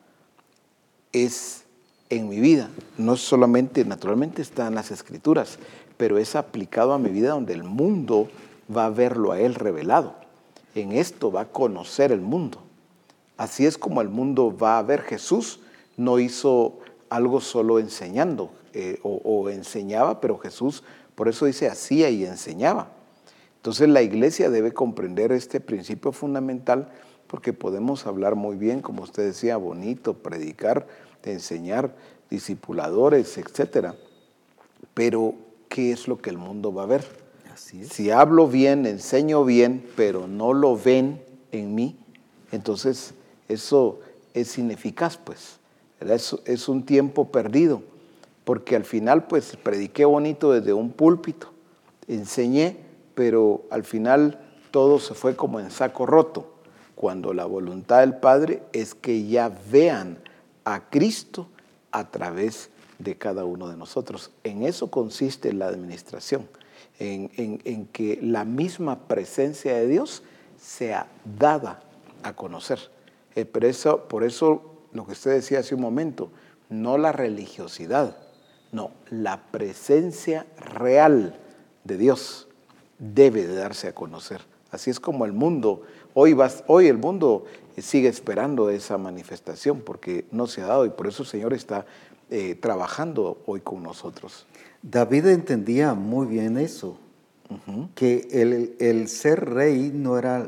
es en mi vida. No solamente, naturalmente está en las Escrituras, pero es aplicado a mi vida donde el mundo va a verlo a Él revelado. En esto va a conocer el mundo. Así es como el mundo va a ver. Jesús no hizo algo solo enseñando o enseñaba, pero Jesús, por eso dice, hacía y enseñaba. Entonces la iglesia debe comprender este principio fundamental porque podemos hablar muy bien, como usted decía, bonito, predicar, enseñar, discipuladores, etcétera. Pero, ¿qué es lo que el mundo va a ver? Así es. Si hablo bien, enseño bien, pero no lo ven en mí, entonces eso es ineficaz, pues. Es un tiempo perdido, porque al final, pues, prediqué bonito desde un púlpito, enseñé, pero al final todo se fue como en saco roto, cuando la voluntad del Padre es que ya vean a Cristo a través de cada uno de nosotros. En eso consiste la administración, en que la misma presencia de Dios sea dada a conocer. Por eso lo que usted decía hace un momento, no la religiosidad, no, la presencia real de Dios debe de darse a conocer. Así es como el mundo, hoy el mundo sigue esperando esa manifestación porque no se ha dado y por eso el Señor está trabajando hoy con nosotros. David entendía muy bien eso, que el ser rey no era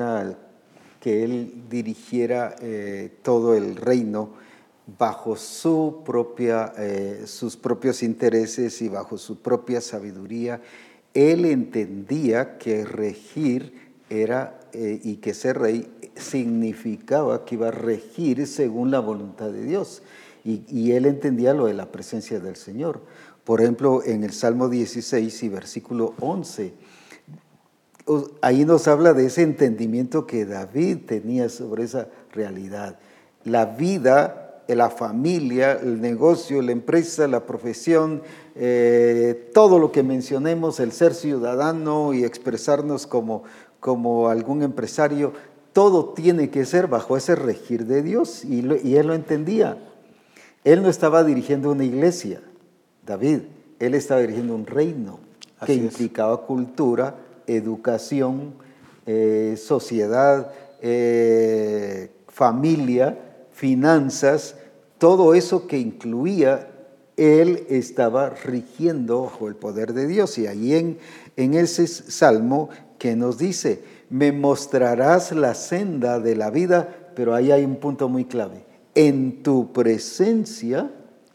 que él dirigiera todo el reino bajo sus propios intereses y bajo su propia sabiduría. Él entendía que regir era y que ser rey significaba que iba a regir según la voluntad de Dios. Y él entendía lo de la presencia del Señor. Por ejemplo, en el Salmo 16 y versículo 11, ahí nos habla de ese entendimiento que David tenía sobre esa realidad. La vida, la familia, el negocio, la empresa, la profesión, todo lo que mencionemos, el ser ciudadano y expresarnos como algún empresario, todo tiene que ser bajo ese regir de Dios. Y él lo entendía. Él no estaba dirigiendo una iglesia, David, él estaba dirigiendo un reino que implicaba cultura, educación, sociedad, familia, finanzas, todo eso que incluía, él estaba rigiendo bajo el poder de Dios. Y ahí en ese salmo que nos dice, me mostrarás la senda de la vida, pero ahí hay un punto muy clave. En tu presencia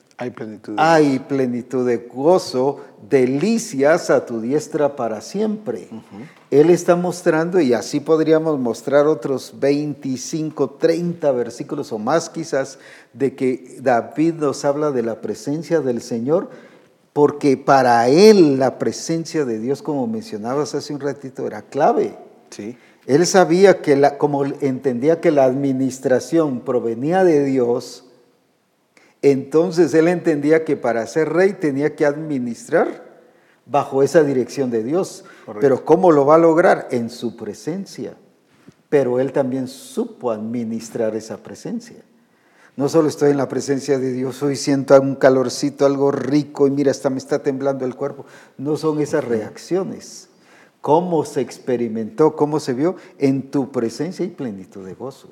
hay plenitud de gozo, delicias a tu diestra para siempre. Él está mostrando, y así podríamos mostrar otros 25, 30 versículos o más quizás, de que David nos habla de la presencia del Señor, porque para él la presencia de Dios, como mencionabas hace un ratito, era clave. Sí. Él sabía como entendía que la administración provenía de Dios, entonces él entendía que para ser rey tenía que administrar bajo esa dirección de Dios. Correcto. Pero ¿cómo lo va a lograr? En su presencia. Pero él también supo administrar esa presencia. No solo estoy en la presencia de Dios, hoy siento un calorcito, algo rico y mira, hasta me está temblando el cuerpo. No son esas reacciones. ¿Cómo se experimentó? ¿Cómo se vio? En tu presencia y plenitud de gozo.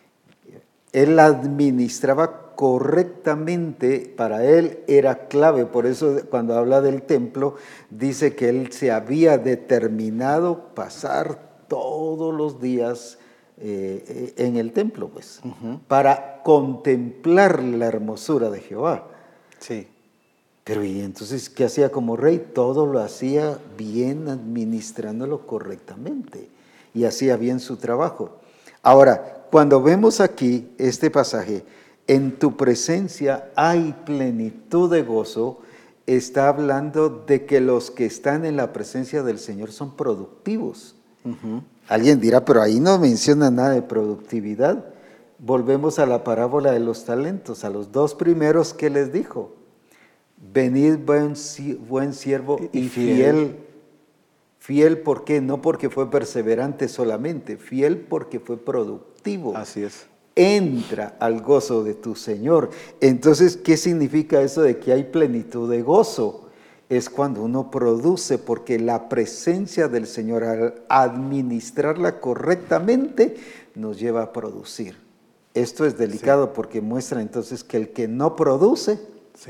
Él administraba correctamente, para él era clave. Por eso cuando habla del templo, dice que él se había determinado pasar todos los días en el templo, pues, para contemplar la hermosura de Jehová. Sí. Pero ¿y entonces qué hacía como rey? Todo lo hacía bien, administrándolo correctamente y hacía bien su trabajo. Ahora, cuando vemos aquí este pasaje, en tu presencia hay plenitud de gozo, está hablando de que los que están en la presencia del Señor son productivos. Alguien dirá, pero ahí no menciona nada de productividad. Volvemos a la parábola de los talentos, a los dos primeros que les dijo. Venid buen siervo y fiel. Fiel, ¿por qué? No porque fue perseverante solamente, fiel porque fue productivo. Así es. Entra al gozo de tu Señor. Entonces, ¿qué significa eso de que hay plenitud de gozo? Es cuando uno produce, porque la presencia del Señor al administrarla correctamente nos lleva a producir. Esto es delicado porque muestra entonces que el que no produce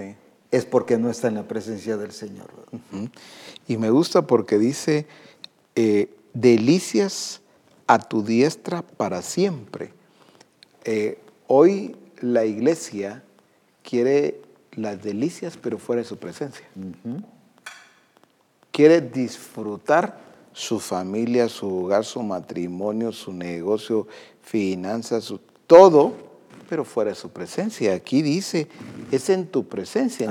es porque no está en la presencia del Señor. Y me gusta porque dice, delicias a tu diestra para siempre. Hoy la iglesia quiere las delicias, pero fuera de su presencia. Quiere disfrutar su familia, su hogar, su matrimonio, su negocio, finanzas, todo, pero fuera de su presencia. Aquí dice, es en tu presencia,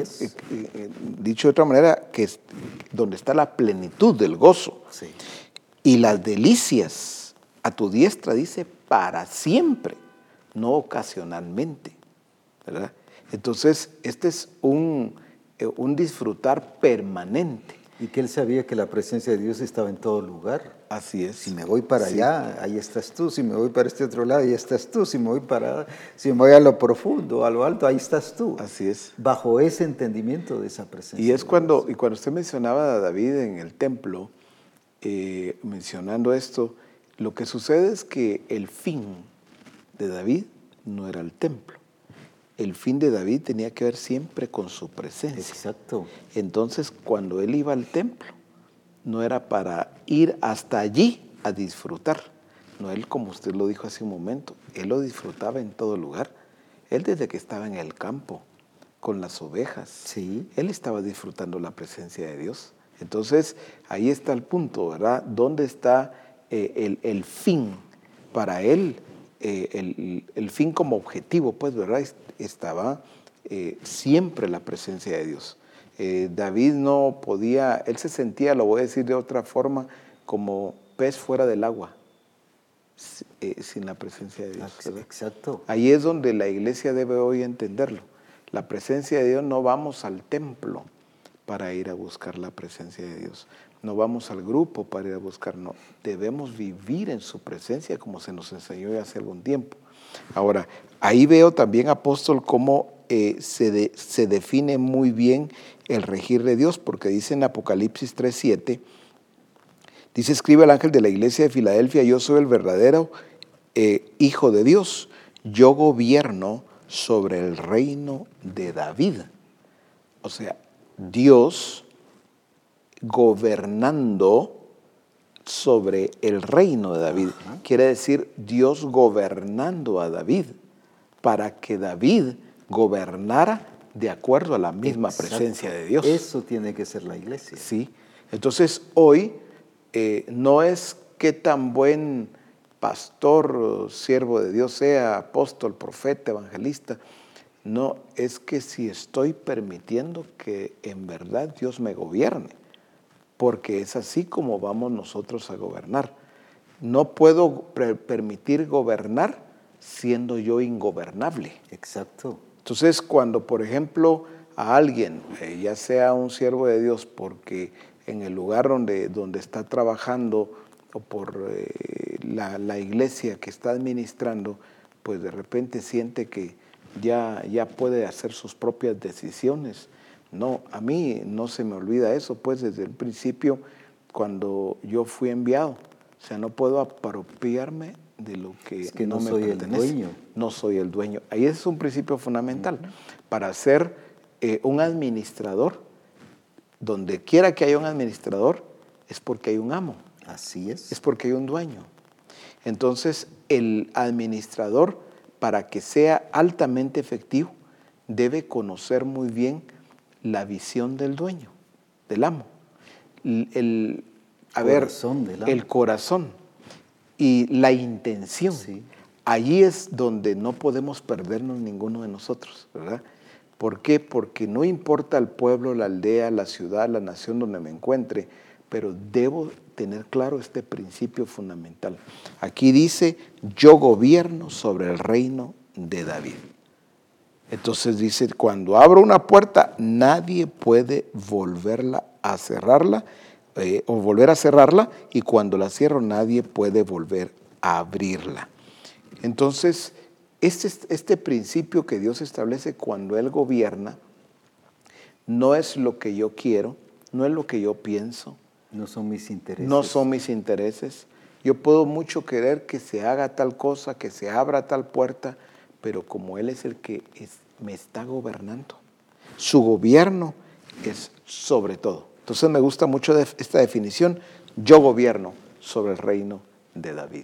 dicho de otra manera, que es donde está la plenitud del gozo. Sí. Y las delicias a tu diestra, dice, para siempre, no ocasionalmente, ¿verdad? Entonces, este es un disfrutar permanente. Y que él sabía que la presencia de Dios estaba en todo lugar. Así es. Si me voy para allá, ahí estás tú. Si me voy para este otro lado, ahí estás tú. Si me voy a lo profundo, a lo alto, ahí estás tú. Así es. Bajo ese entendimiento de esa presencia. Y es cuando usted mencionaba a David en el templo, mencionando esto, lo que sucede es que el fin de David no era el templo. El fin de David tenía que ver siempre con su presencia. Exacto. Entonces, cuando él iba al templo, no era para ir hasta allí a disfrutar. No, él, como usted lo dijo hace un momento, él lo disfrutaba en todo lugar. Él desde que estaba en el campo, con las ovejas, sí, él estaba disfrutando la presencia de Dios. Entonces, ahí está el punto, ¿verdad? ¿Dónde está el fin para él? El fin como objetivo, pues, ¿verdad? Estaba siempre la presencia de Dios. David no podía, él se sentía, lo voy a decir de otra forma, como pez fuera del agua, sin la presencia de Dios, ¿verdad? Exacto. Ahí es donde la iglesia debe hoy entenderlo. La presencia de Dios, no vamos al templo para ir a buscar la presencia de Dios. No vamos al grupo para ir a buscar, no. Debemos vivir en su presencia como se nos enseñó hace algún tiempo. Ahora, ahí veo también, apóstol, cómo se define muy bien el regir de Dios, porque dice en Apocalipsis 3:7, dice, escribe al ángel de la iglesia de Filadelfia, yo soy el verdadero Hijo de Dios, yo gobierno sobre el reino de David. O sea, Dios gobernando sobre el reino de David. Ajá. Quiere decir Dios gobernando a David para que David gobernara de acuerdo a la misma presencia de Dios. Eso tiene que ser la iglesia. Sí. Entonces hoy no es qué tan buen pastor, siervo de Dios sea, apóstol, profeta, evangelista. No, es que si estoy permitiendo que en verdad Dios me gobierne, porque es así como vamos nosotros a gobernar. No puedo permitir gobernar siendo yo ingobernable. Exacto. Entonces, cuando, por ejemplo, a alguien, ya sea un siervo de Dios, porque en el lugar donde está trabajando o por la iglesia que está administrando, pues de repente siente que ya puede hacer sus propias decisiones. No, a mí no se me olvida eso, pues desde el principio, cuando yo fui enviado. O sea, no puedo apropiarme de lo que no me soy pertenece. el dueño. No soy el dueño. Ahí es un principio fundamental. Para ser un administrador, donde quiera que haya un administrador, es porque hay un amo. Así es. Es porque hay un dueño. Entonces, el administrador, para que sea altamente efectivo, debe conocer muy bien la visión del dueño, del amo. El corazón y la intención. Sí. Allí es donde no podemos perdernos ninguno de nosotros, ¿verdad? ¿Por qué? Porque no importa el pueblo, la aldea, la ciudad, la nación donde me encuentre, pero debo tener claro este principio fundamental. Aquí dice, yo gobierno sobre el reino de David. Entonces dice, cuando abro una puerta, nadie puede volverla a cerrarla o volver a cerrarla, y cuando la cierro, nadie puede volver a abrirla. Entonces, este principio que Dios establece cuando Él gobierna, no es lo que yo quiero, no es lo que yo pienso. No son mis intereses. No son mis intereses. Yo puedo mucho querer que se haga tal cosa, que se abra tal puerta, pero como Él es el que me está gobernando, su gobierno es sobre todo. Entonces me gusta mucho esta definición, yo gobierno sobre el reino de David.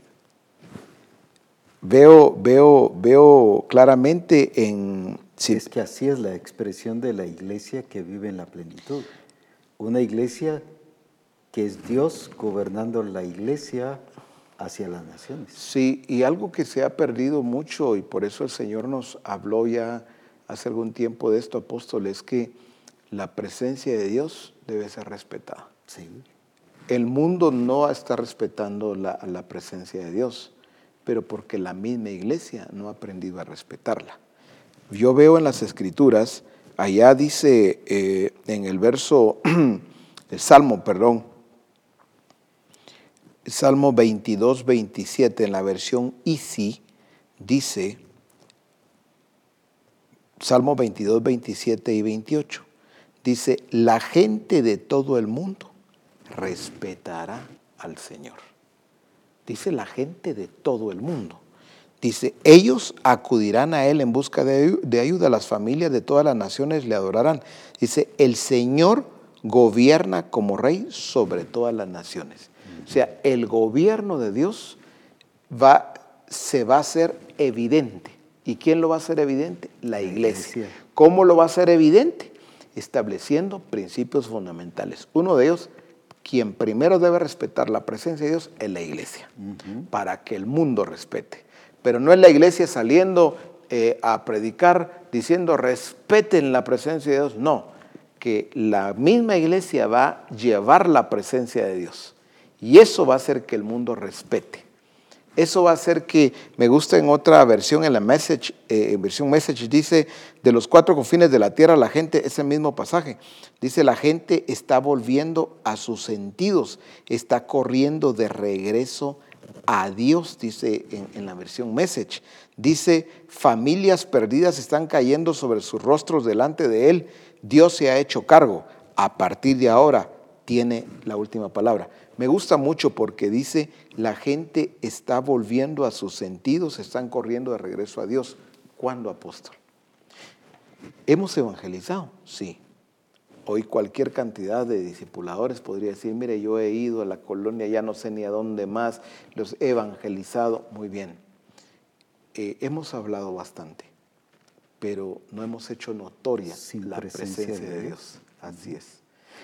Veo claramente en... Sí. Es que así es la expresión de la iglesia que vive en la plenitud. Una iglesia que es Dios gobernando la iglesia hacia las naciones. Sí, y algo que se ha perdido mucho, y por eso el Señor nos habló ya hace algún tiempo de esto, apóstol, es que la presencia de Dios debe ser respetada. Sí. El mundo no está respetando la presencia de Dios, pero porque la misma iglesia no ha aprendido a respetarla. Yo veo en las Escrituras, allá dice en el verso, el Salmo 22, 27, en la versión Easy, dice, Salmo 22, 27 y 28, dice, la gente de todo el mundo respetará al Señor. Dice la gente de todo el mundo. Dice, ellos acudirán a Él en busca de ayuda, las familias de todas las naciones le adorarán. Dice, el Señor gobierna como rey sobre todas las naciones. O sea, el gobierno de Dios se va a hacer evidente. ¿Y quién lo va a hacer evidente? La iglesia. ¿Cómo lo va a hacer evidente? Estableciendo principios fundamentales. Uno de ellos, quien primero debe respetar la presencia de Dios, es la iglesia, para que el mundo respete. Pero no es la iglesia saliendo a predicar diciendo respeten la presencia de Dios. No, que la misma iglesia va a llevar la presencia de Dios. Y eso va a hacer que el mundo respete. Eso va a hacer que, me gusta en otra versión, en la Message, versión Message, dice, de los 4 confines de la tierra, la gente, ese mismo pasaje, dice, la gente está volviendo a sus sentidos, está corriendo de regreso a Dios, dice en la versión Message. Dice, familias perdidas están cayendo sobre sus rostros delante de Él. Dios se ha hecho cargo. A partir de ahora tiene la última palabra. Me gusta mucho porque dice, la gente está volviendo a sus sentidos, están corriendo de regreso a Dios. ¿Cuándo, apóstol? ¿Hemos evangelizado? Sí. Hoy cualquier cantidad de discipuladores podría decir, mire, yo he ido a la colonia, ya no sé ni a dónde más, los he evangelizado. Muy bien. Hemos hablado bastante, pero no hemos hecho notoria la presencia de Dios. Así es.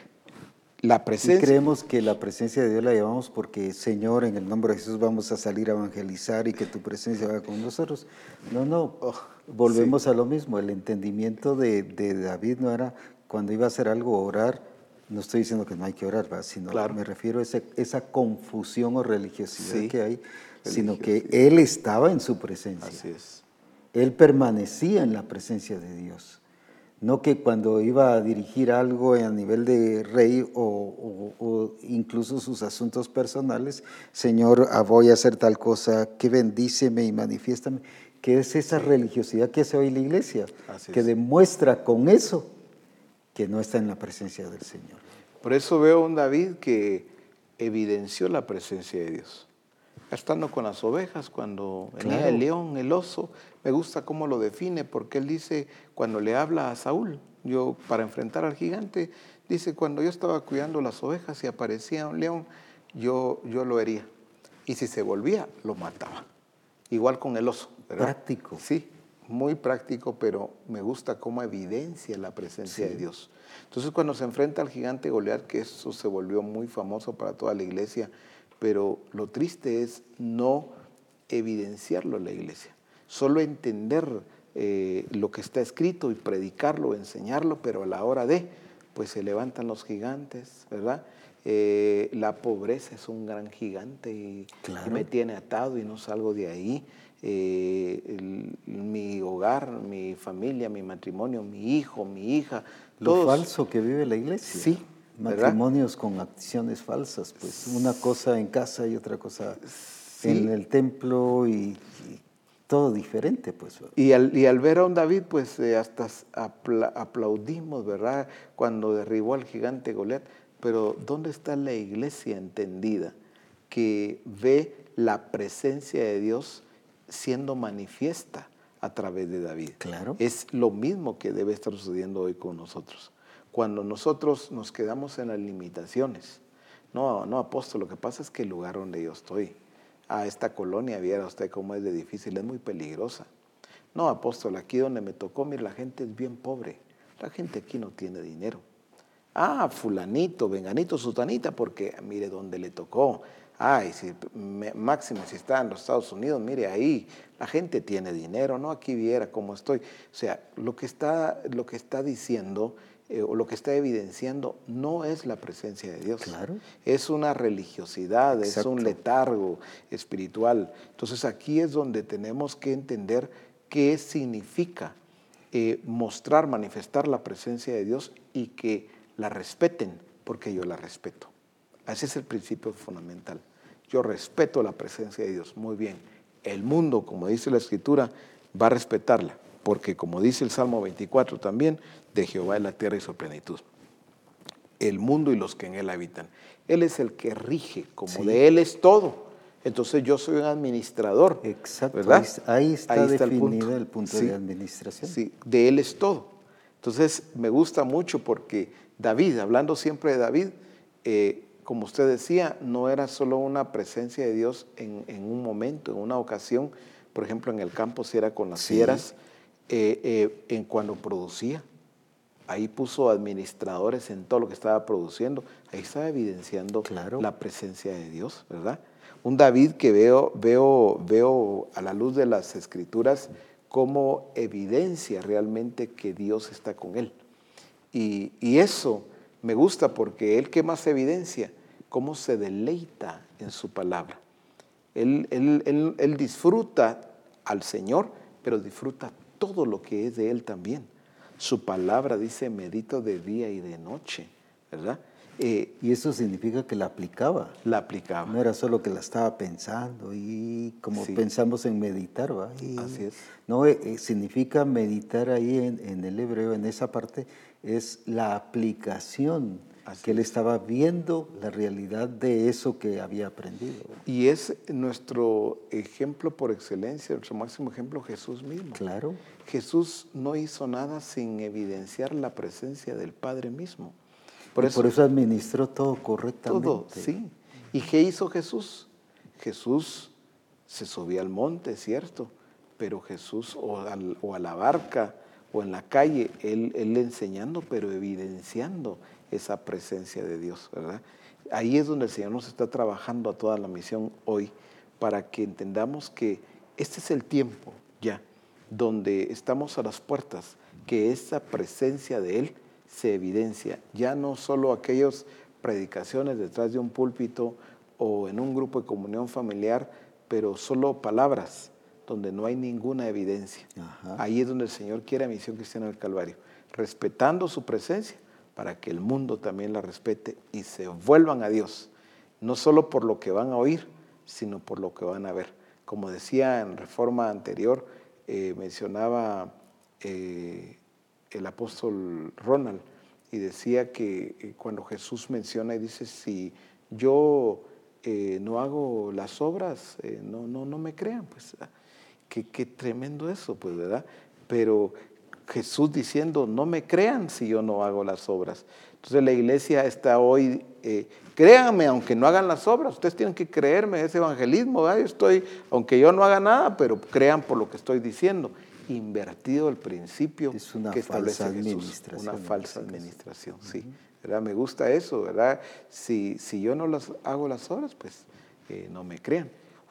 La presencia. Y creemos que la presencia de Dios la llevamos porque, Señor, en el nombre de Jesús vamos a salir a evangelizar y que tu presencia vaya con nosotros. No, volvemos a lo mismo. El entendimiento de David no era cuando iba a hacer algo, orar. No estoy diciendo que no hay que orar, sino me refiero a esa confusión o religiosidad que hay, sino que él estaba en su presencia. Así es. Él permanecía en la presencia de Dios. No que cuando iba a dirigir algo a nivel de rey o incluso sus asuntos personales, Señor, voy a hacer tal cosa, que bendíceme y manifiéstame, que es esa religiosidad que hace hoy la iglesia, que demuestra con eso que no está en la presencia del Señor. Por eso veo a un David que evidenció la presencia de Dios. Estando con las ovejas, cuando venía el león, el oso, me gusta cómo lo define, porque él dice, cuando le habla a Saúl, para enfrentar al gigante, dice, cuando yo estaba cuidando las ovejas y aparecía un león, yo lo hería. Y si se volvía, lo mataba. Igual con el oso, ¿verdad? Práctico. Sí, muy práctico, pero me gusta cómo evidencia la presencia de Dios. Entonces, cuando se enfrenta al gigante Goliat, que eso se volvió muy famoso para toda la iglesia, pero lo triste es no evidenciarlo en la iglesia, solo entender lo que está escrito y predicarlo, enseñarlo, pero a la hora pues se levantan los gigantes, ¿verdad? La pobreza es un gran gigante y me tiene atado y no salgo de ahí. Mi hogar, mi familia, mi matrimonio, mi hijo, mi hija. Lo falso que vive la iglesia. Sí. Matrimonios con acciones falsas, pues una cosa en casa y otra cosa en el templo y todo diferente, pues. Y al ver a un David, pues hasta aplaudimos, ¿verdad? Cuando derribó al gigante Goliat. Pero ¿dónde está la iglesia entendida que ve la presencia de Dios siendo manifiesta a través de David? Claro. Es lo mismo que debe estar sucediendo hoy con nosotros. Cuando nosotros nos quedamos en las limitaciones No, no, apóstol, lo que pasa es que el lugar donde yo estoy, esta colonia, viera usted cómo es de difícil, es muy peligrosa. No, apóstol, aquí donde me tocó, mire, la gente es bien pobre. La gente aquí no tiene dinero. Fulanito, venganito, sutanita, porque mire dónde le tocó. Y si, máximo, si está en los Estados Unidos, mire ahí, la gente tiene dinero, ¿no? Aquí viera cómo estoy. O sea, lo que está diciendo o lo que está evidenciando no es la presencia de Dios. Claro. Es una religiosidad, Exacto. es un letargo espiritual. Entonces aquí es donde tenemos que entender qué significa mostrar, manifestar la presencia de Dios y que la respeten porque yo la respeto. Ese es el principio fundamental. Yo respeto la presencia de Dios. Muy bien. El mundo, como dice la Escritura, va a respetarla, porque como dice el Salmo 24 también, de Jehová es la tierra y su plenitud. El mundo y los que en él habitan. Él es el que rige, como de él es todo. Entonces yo soy un administrador. Exacto, ¿verdad? ahí está definido el punto de administración. Sí, de él es todo. Entonces me gusta mucho porque David, hablando siempre de David, como usted decía, no era solo una presencia de Dios en un momento, en una ocasión, por ejemplo en el campo si era con las fieras, en cuando producía. Ahí puso administradores en todo lo que estaba produciendo. Ahí estaba evidenciando la presencia de Dios, ¿verdad? Un David que veo a la luz de las Escrituras como evidencia realmente que Dios está con él. Y eso me gusta porque él, ¿qué más evidencia? Cómo se deleita en su palabra. Él disfruta al Señor, pero disfruta todo lo que es de él también. Su palabra dice, medito de día y de noche, ¿verdad? Y eso significa que la aplicaba. La aplicaba. No era solo que la estaba pensando y como pensamos en meditar, ¿va? Así es. No, significa meditar ahí en el hebreo, en esa parte, es la aplicación que él estaba viendo la realidad de eso que había aprendido. Y es nuestro ejemplo por excelencia, nuestro máximo ejemplo, Jesús mismo. Claro. Jesús no hizo nada sin evidenciar la presencia del Padre mismo. Por eso administró todo correctamente. Todo, sí. ¿Y qué hizo Jesús? Jesús se subía al monte, cierto, pero Jesús o a la barca o en la calle, él enseñando, pero evidenciando esa presencia de Dios, ¿verdad? Ahí es donde el Señor nos está trabajando a toda la misión hoy para que entendamos que este es el tiempo ya, donde estamos a las puertas, que esa presencia de Él se evidencia. Ya no solo aquellas predicaciones detrás de un púlpito o en un grupo de comunión familiar, pero solo palabras donde no hay ninguna evidencia. Ajá. Ahí es donde el Señor quiere a Misión Cristiana del Calvario, respetando su presencia para que el mundo también la respete y se vuelvan a Dios, no solo por lo que van a oír, sino por lo que van a ver. Como decía en Reforma anterior, mencionaba el apóstol Ronald, y decía que cuando Jesús menciona y dice, si yo no hago las obras, no me crean, pues qué tremendo eso, pues, ¿verdad? Pero Jesús diciendo, no me crean si yo no hago las obras. Entonces la iglesia está hoy, créanme aunque no hagan las obras, ustedes tienen que creerme, es evangelismo, ¿verdad? Yo estoy, aunque yo no haga nada, pero crean por lo que estoy diciendo. Invertido el principio es una que establece Jesús, una falsa administración, sí, ¿verdad? Me gusta eso, ¿verdad? Si yo no hago las obras, pues no me crean.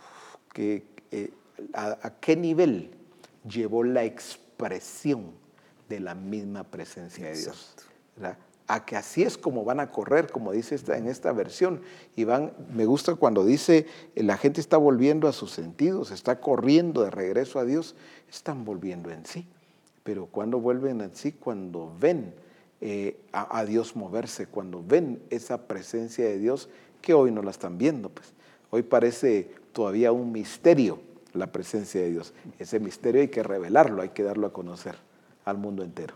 ¿A qué nivel llevó la expresión de la misma presencia de Dios? ¿Verdad? A que así es como van a correr, como dice en esta versión. Y me gusta cuando dice, la gente está volviendo a sus sentidos, está corriendo de regreso a Dios, están volviendo en sí. Pero ¿cuándo vuelven en sí? Cuando ven a Dios moverse, cuando ven esa presencia de Dios que hoy no la están viendo. Pues. Hoy parece todavía un misterio la presencia de Dios. Ese misterio hay que revelarlo, hay que darlo a conocer al mundo entero.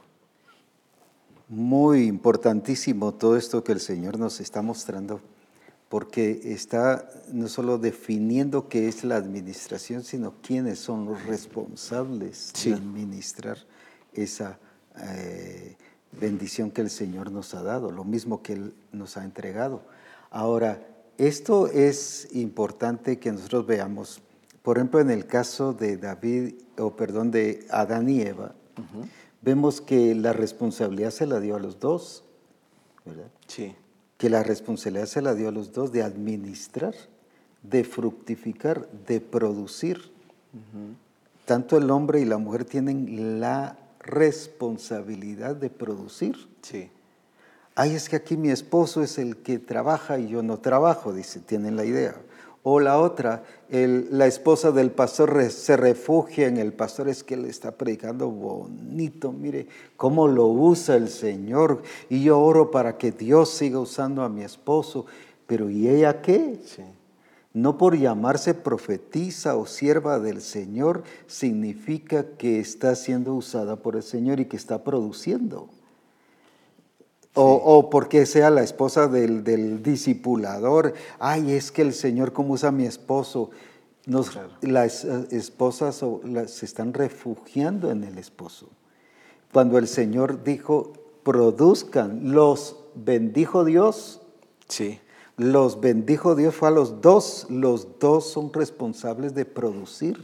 Muy importantísimo todo esto que el Señor nos está mostrando, porque está no solo definiendo qué es la administración, sino quiénes son los responsables de administrar esa bendición que el Señor nos ha dado, lo mismo que Él nos ha entregado. Ahora, esto es importante que nosotros veamos. Por ejemplo, en el caso de de Adán y Eva, vemos que la responsabilidad se la dio a los dos, ¿verdad? Sí. Que la responsabilidad se la dio a los dos de administrar, de fructificar, de producir. Tanto el hombre y la mujer tienen la responsabilidad de producir. Sí. Ay, es que aquí mi esposo es el que trabaja y yo no trabajo, dice, tienen la idea. O la otra, la esposa del pastor se refugia en el pastor, es que él está predicando bonito, mire cómo lo usa el Señor, y yo oro para que Dios siga usando a mi esposo. Pero ¿y ella qué? Sí. No por llamarse profetisa o sierva del Señor significa que está siendo usada por el Señor y que está produciendo. O porque sea la esposa del discipulador. Ay, es que el Señor cómo usa a mi esposo. Claro. Las esposas se están refugiando en el esposo. Cuando el Señor dijo, produzcan, los bendijo Dios. Sí. Los bendijo Dios fue a los dos son responsables de producir,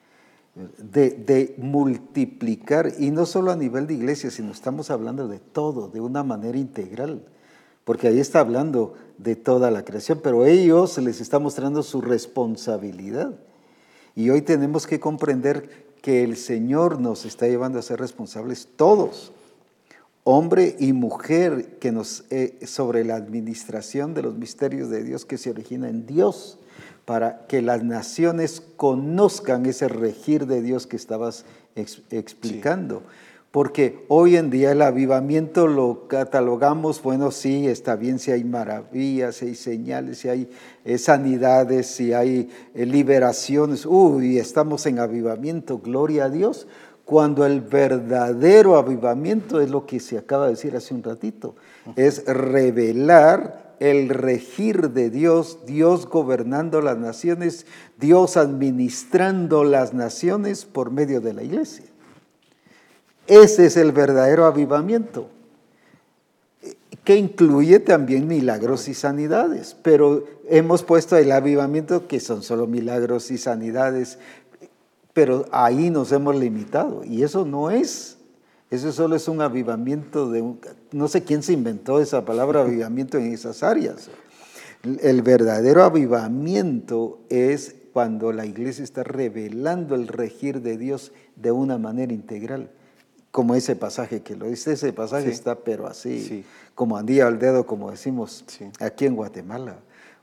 de multiplicar, y no solo a nivel de iglesia, sino estamos hablando de todo, de una manera integral, porque ahí está hablando de toda la creación, pero ellos les está mostrando su responsabilidad. Y hoy tenemos que comprender que el Señor nos está llevando a ser responsables todos, hombre y mujer, sobre la administración de los misterios de Dios que se origina en Dios, para que las naciones conozcan ese regir de Dios que estabas explicando. Sí. Porque hoy en día el avivamiento lo catalogamos, bueno, sí, está bien si hay maravillas, si hay señales, si hay sanidades, si hay liberaciones. Uy, estamos en avivamiento, gloria a Dios. Cuando el verdadero avivamiento es lo que se acaba de decir hace un ratito, es revelar el regir de Dios, Dios gobernando las naciones, Dios administrando las naciones por medio de la iglesia. Ese es el verdadero avivamiento, que incluye también milagros y sanidades, pero hemos puesto el avivamiento que son solo milagros y sanidades, pero ahí nos hemos limitado, y eso no es, eso solo es un avivamiento no sé quién se inventó esa palabra avivamiento en esas áreas. El verdadero avivamiento es cuando la iglesia está revelando el regir de Dios de una manera integral, como ese pasaje que lo dice, ese pasaje está pero así, como andía al dedo, como decimos aquí en Guatemala,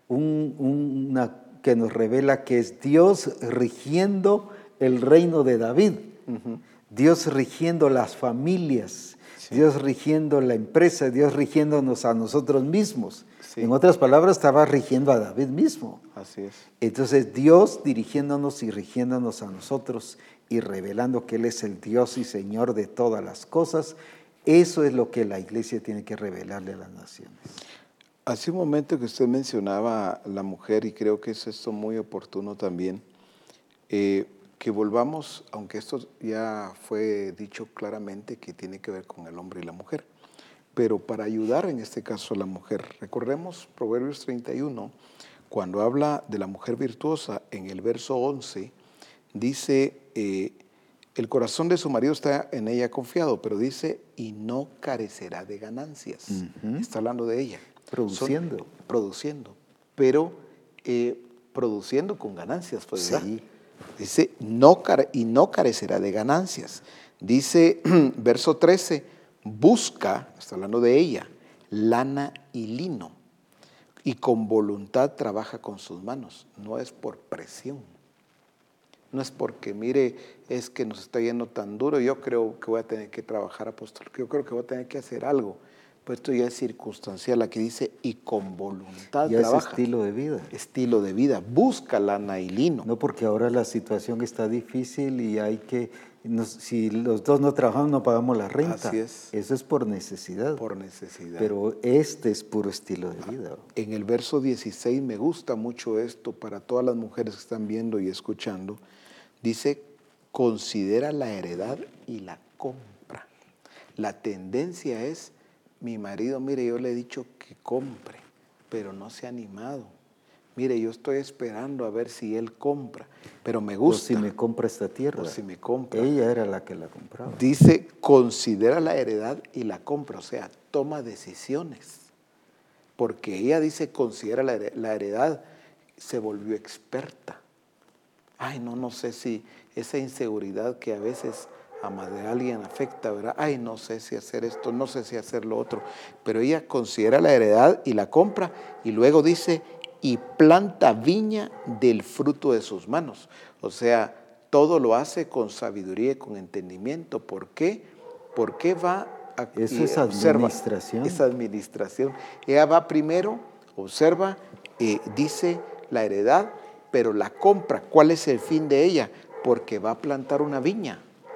que nos revela que es Dios rigiendo el reino de David, Dios rigiendo las familias, Dios rigiendo la empresa, Dios rigiéndonos a nosotros mismos. En otras palabras, estaba rigiendo a David mismo. Así es. Entonces, Dios dirigiéndonos y rigiéndonos a nosotros y revelando que Él es el Dios y Señor de todas las cosas, eso es lo que la iglesia tiene que revelarle a las naciones. Hace un momento que usted mencionaba la mujer, y creo que es esto muy oportuno también, que volvamos, aunque esto ya fue dicho claramente que tiene que ver con el hombre y la mujer, pero para ayudar en este caso a la mujer, recordemos Proverbios 31, cuando habla de la mujer virtuosa, en el verso 11, dice, el corazón de su marido está en ella confiado, pero dice, y no carecerá de ganancias. Está hablando de ella. Produciendo, pero produciendo con ganancias, pues, ¿verdad? Sí. Dice, y no carecerá de ganancias. Dice, verso 13, busca, está hablando de ella, lana y lino, y con voluntad trabaja con sus manos. No es por presión. No es porque, mire, es que nos está yendo tan duro, yo creo que voy a tener que trabajar, apóstol, yo creo que voy a tener que hacer algo. Pues esto ya es circunstancial, aquí dice, y con voluntad ya trabaja. Es estilo de vida. Estilo de vida, busca lana y lino. No, porque ahora la situación está difícil y hay que, si los dos no trabajamos, no pagamos la renta. Así es. Eso es por necesidad. Por necesidad. Pero este es puro estilo de vida. En el verso 16 me gusta mucho esto para todas las mujeres que están viendo y escuchando. Dice, considera la heredad y la compra. La tendencia es, mi marido, mire, yo le he dicho que compre. pero no se ha animado. Mire, yo estoy esperando a ver si él compra, pero me O gusta. si me compra esta tierra. O si me compra. Ella era la que la compraba. Dice, considera la heredad y la compra, o sea, toma decisiones. Porque ella dice, considera la heredad, se volvió experta. Ay, no sé si esa inseguridad que a veces a más de alguien afecta, ¿verdad? Ay, no sé si hacer esto, no sé si hacer lo otro. Pero ella considera la heredad y la compra y luego dice, y planta viña del fruto de sus manos. O sea, todo lo hace con sabiduría y con entendimiento. ¿Por qué? Porque va a... Eso es observa, administración. esa administración. Ella va primero, observa, dice la heredad, pero la compra. ¿Cuál es el fin de ella? Porque va a plantar una viña.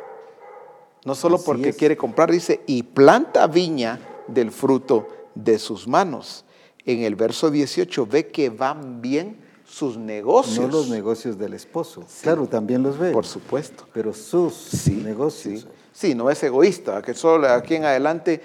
No solo Así porque es. quiere comprar, dice, y planta viña del fruto de sus manos. En el verso 18 ve que van bien sus negocios. No los negocios del esposo. Sí, Claro, también los ve. por supuesto. Pero sus Sí, negocios. sí. Sí, no es egoísta, que solo aquí en adelante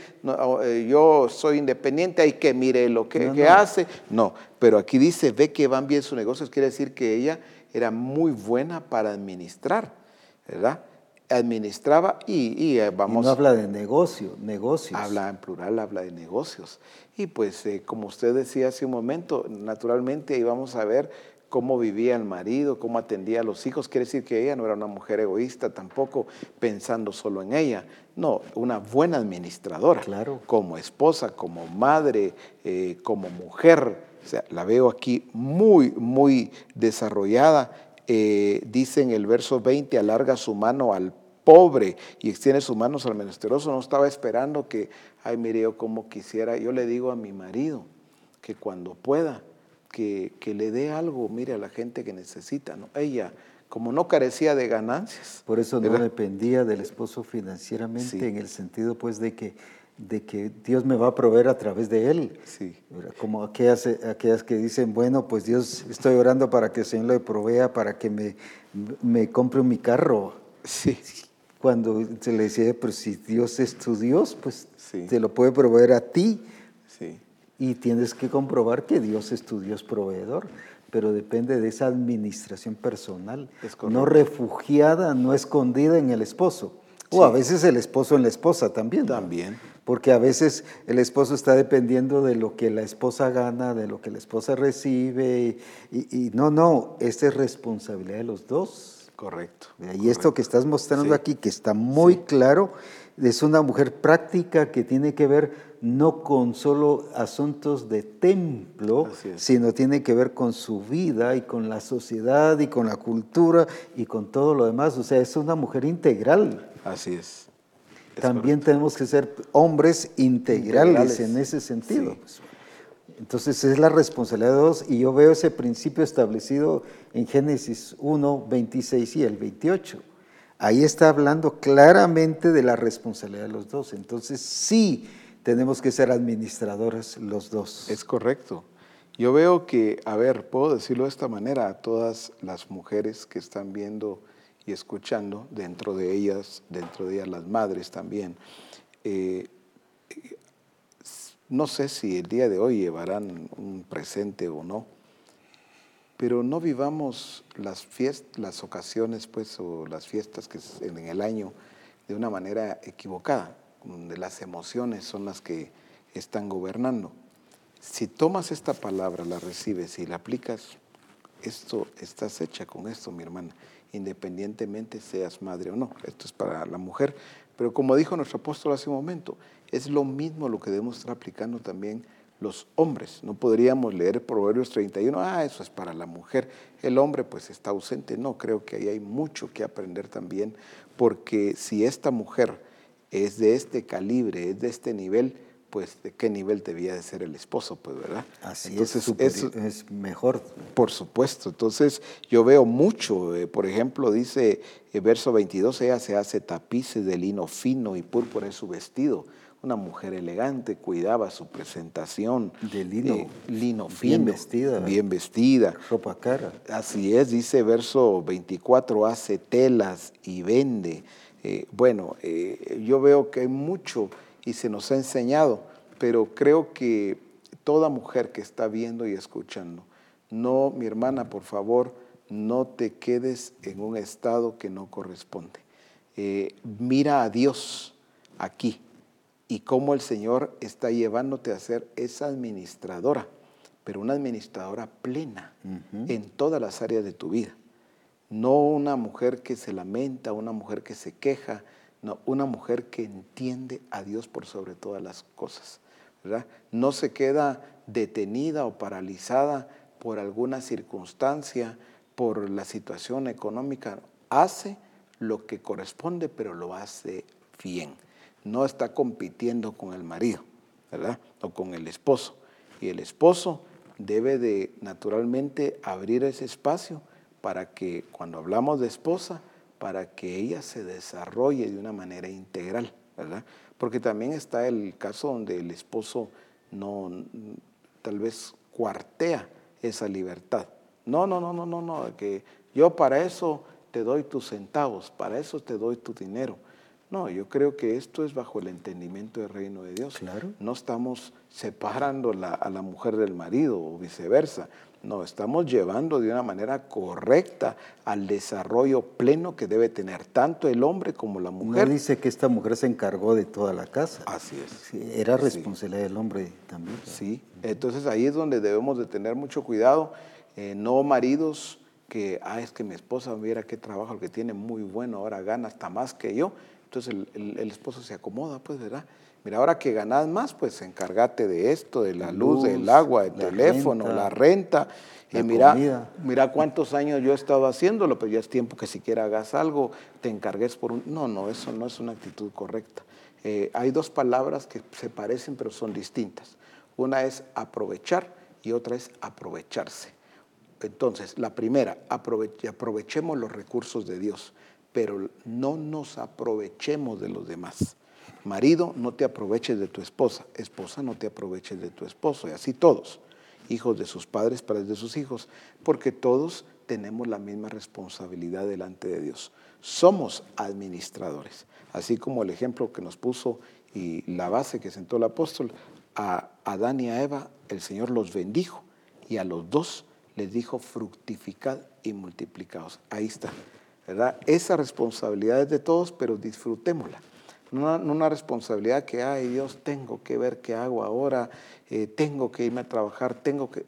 yo soy independiente, hay que mire lo que No. hace. No, pero aquí dice, ve que van bien sus negocios, quiere decir que ella era muy buena para administrar, ¿verdad? Administraba y vamos... Y no habla de negocios. Habla en plural, habla de negocios. Y pues, como usted decía hace un momento, naturalmente ahí vamos a ver cómo vivía el marido, cómo atendía a los hijos. Quiere decir que ella no era una mujer egoísta tampoco, pensando solo en ella. No, una buena administradora. Claro. Como esposa, como madre, como mujer. O sea, la veo aquí muy, muy desarrollada. Dice en el verso 20, alarga su mano al pobre y extiende sus manos al menesteroso. No estaba esperando que, ay, mire, yo como quisiera. Yo le digo a mi marido que cuando pueda, que le dé algo, mire, a la gente que necesita, ¿no? Ella, como no carecía de ganancias. Por eso no ¿verdad? dependía del esposo financieramente, Sí. en el sentido pues de que Dios me va a proveer a través de él. Sí. ¿Verdad? Como aquellas que dicen, bueno, pues Dios, estoy orando para que el Señor le provea, para que me compre mi carro. Sí. Cuando se le decía, pero si Dios es tu Dios, pues Sí. te lo puede proveer a ti. Sí. Y tienes que comprobar que Dios es tu Dios proveedor, pero depende de esa administración personal, Es correcto. no refugiada, no escondida en el esposo. Sí. O a veces el esposo en la esposa también. ¿no? También. Porque a veces el esposo está dependiendo de lo que la esposa gana, de lo que la esposa recibe. Y no, esta es responsabilidad de los dos. Correcto. Y correcto. esto que estás mostrando Sí. aquí, que está muy Sí. claro, es una mujer práctica que tiene que ver no con solo asuntos de templo, Así es. sino tiene que ver con su vida y con la sociedad y con la cultura y con todo lo demás. O sea, es una mujer integral. Así es. También correcto. tenemos que ser hombres integrales en Integrales. ese sentido. Sí. Pues. Entonces es la responsabilidad de Dios y yo veo ese principio establecido en Génesis 1, 26 y el 28. Ahí está hablando claramente de la responsabilidad de los dos. Entonces sí tenemos que ser administradores los dos. Es correcto. Yo veo que, a ver, puedo decirlo de esta manera a todas las mujeres que están viendo y escuchando, dentro de ellas las madres también. No sé si el día de hoy llevarán un presente o no, pero no vivamos las ocasiones, pues, o las fiestas que en el año de una manera equivocada, donde las emociones son las que están gobernando. Si tomas esta palabra, la recibes y la aplicas, estás hecha con esto, mi hermana, independientemente seas madre o no. Esto es para la mujer. Pero como dijo nuestro apóstol hace un momento, es lo mismo lo que debemos estar aplicando también los hombres. No podríamos leer Proverbios 31, eso es para la mujer. El hombre pues está ausente. No, creo que ahí hay mucho que aprender también, porque si esta mujer es de este calibre, es de este nivel, pues de qué nivel debía de ser el esposo, pues, ¿verdad? Así Entonces, es mejor. Por supuesto. Entonces, yo veo mucho, por ejemplo, dice verso 22, ella se hace tapices de lino fino y púrpura es su vestido. Una mujer elegante, cuidaba su presentación. De lino. Lino fino. Bien vestida. Bien vestida. Ropa cara. Así es, dice verso 24, hace telas y vende. Yo veo que hay mucho y se nos ha enseñado, pero creo que toda mujer que está viendo y escuchando, no, mi hermana, por favor, no te quedes en un estado que no corresponde. Mira a Dios aquí y cómo el Señor está llevándote a ser esa administradora, pero una administradora plena en todas las áreas de tu vida. No una mujer que se lamenta, una mujer que se queja, no, una mujer que entiende a Dios por sobre todas las cosas, ¿verdad? No se queda detenida o paralizada por alguna circunstancia, por la situación económica. Hace lo que corresponde, pero lo hace bien. No está compitiendo con el marido, ¿verdad? O con el esposo. Y el esposo debe de naturalmente abrir ese espacio para que cuando hablamos de esposa, para que ella se desarrolle de una manera integral, ¿verdad? Porque también está el caso donde el esposo no, tal vez cuartea esa libertad. No, que yo para eso te doy tus centavos, para eso te doy tu dinero. No, yo creo que esto es bajo el entendimiento del reino de Dios. Claro. No estamos separando a la mujer del marido o viceversa. No, estamos llevando de una manera correcta al desarrollo pleno que debe tener tanto el hombre como la mujer. No dice que esta mujer se encargó de toda la casa. Así es. Sí, era responsabilidad del hombre también. Sí, entonces ahí es donde debemos de tener mucho cuidado. No maridos que, es que mi esposa mira qué trabajo el que tiene muy bueno, ahora gana hasta más que yo. Entonces el esposo se acomoda, pues, ¿verdad? Mira, ahora que ganas más, pues encárgate de esto, de la luz, del agua, del teléfono, la renta. Mira cuántos años yo he estado haciéndolo, pero ya es tiempo que siquiera hagas algo, te encargues por un... No, eso no es una actitud correcta. Hay dos palabras que se parecen, pero son distintas. Una es aprovechar y otra es aprovecharse. Entonces, la primera, aprovechemos los recursos de Dios, pero no nos aprovechemos de los demás. Marido, no te aproveches de tu esposa. Esposa, no te aproveches de tu esposo. Y así todos, hijos de sus padres, padres de sus hijos, porque todos tenemos la misma responsabilidad delante de Dios. Somos administradores. Así como el ejemplo que nos puso y la base que sentó el apóstol, a Adán y a Eva, el Señor los bendijo y a los dos les dijo fructificad y multiplicaos. Ahí está, ¿verdad? Esa responsabilidad es de todos, pero disfrutémosla. No una responsabilidad que, ay Dios, tengo que ver qué hago ahora, tengo que irme a trabajar,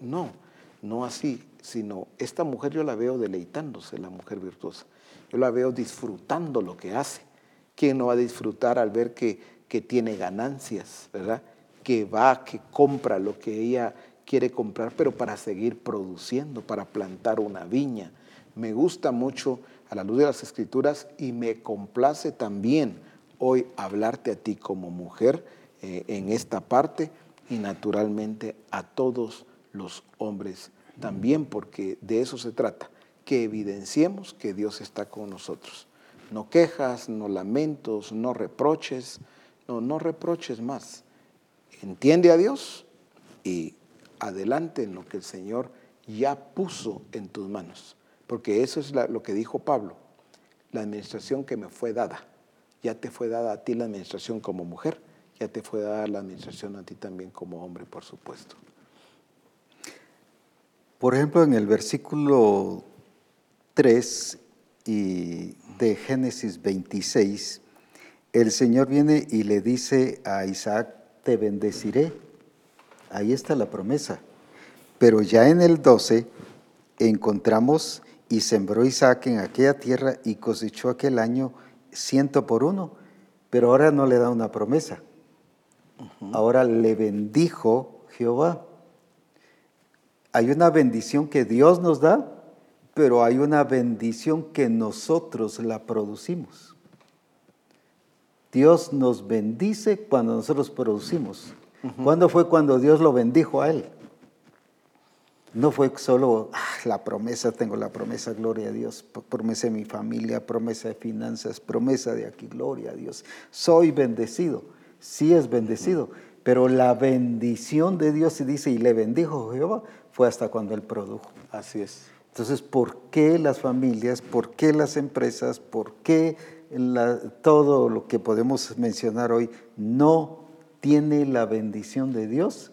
no así, sino esta mujer yo la veo deleitándose, la mujer virtuosa. Yo la veo disfrutando lo que hace. ¿Quién no va a disfrutar al ver que tiene ganancias, ¿verdad? Que compra lo que ella quiere comprar, pero para seguir produciendo, para plantar una viña. Me gusta mucho a la luz de las Escrituras y me complace también hoy hablarte a ti como mujer en esta parte y naturalmente a todos los hombres también, porque de eso se trata, que evidenciemos que Dios está con nosotros. No quejas, no lamentos, no reproches, no reproches más. Entiende a Dios y adelante en lo que el Señor ya puso en tus manos. Porque eso es lo que dijo Pablo, la administración que me fue dada. Ya te fue dada a ti la administración como mujer, ya te fue dada la administración a ti también como hombre, por supuesto. Por ejemplo, en el versículo 3 de Génesis 26, el Señor viene y le dice a Isaac, te bendeciré. Ahí está la promesa. Pero ya en el 12 encontramos, y sembró Isaac en aquella tierra y cosechó aquel año 100 por 1, pero ahora no le da una promesa. Ahora le bendijo Jehová. Hay una bendición que Dios nos da, pero hay una bendición que nosotros la producimos. Dios nos bendice cuando nosotros producimos. ¿Cuándo fue cuando Dios lo bendijo a él? No fue solo la promesa, tengo la promesa, gloria a Dios, promesa de mi familia, promesa de finanzas, promesa de aquí, gloria a Dios. Soy bendecido, sí es bendecido, pero la bendición de Dios, se dice, y le bendijo Jehová, fue hasta cuando él produjo. Así es. Entonces, ¿por qué las familias, por qué las empresas, por qué todo lo que podemos mencionar hoy no tiene la bendición de Dios?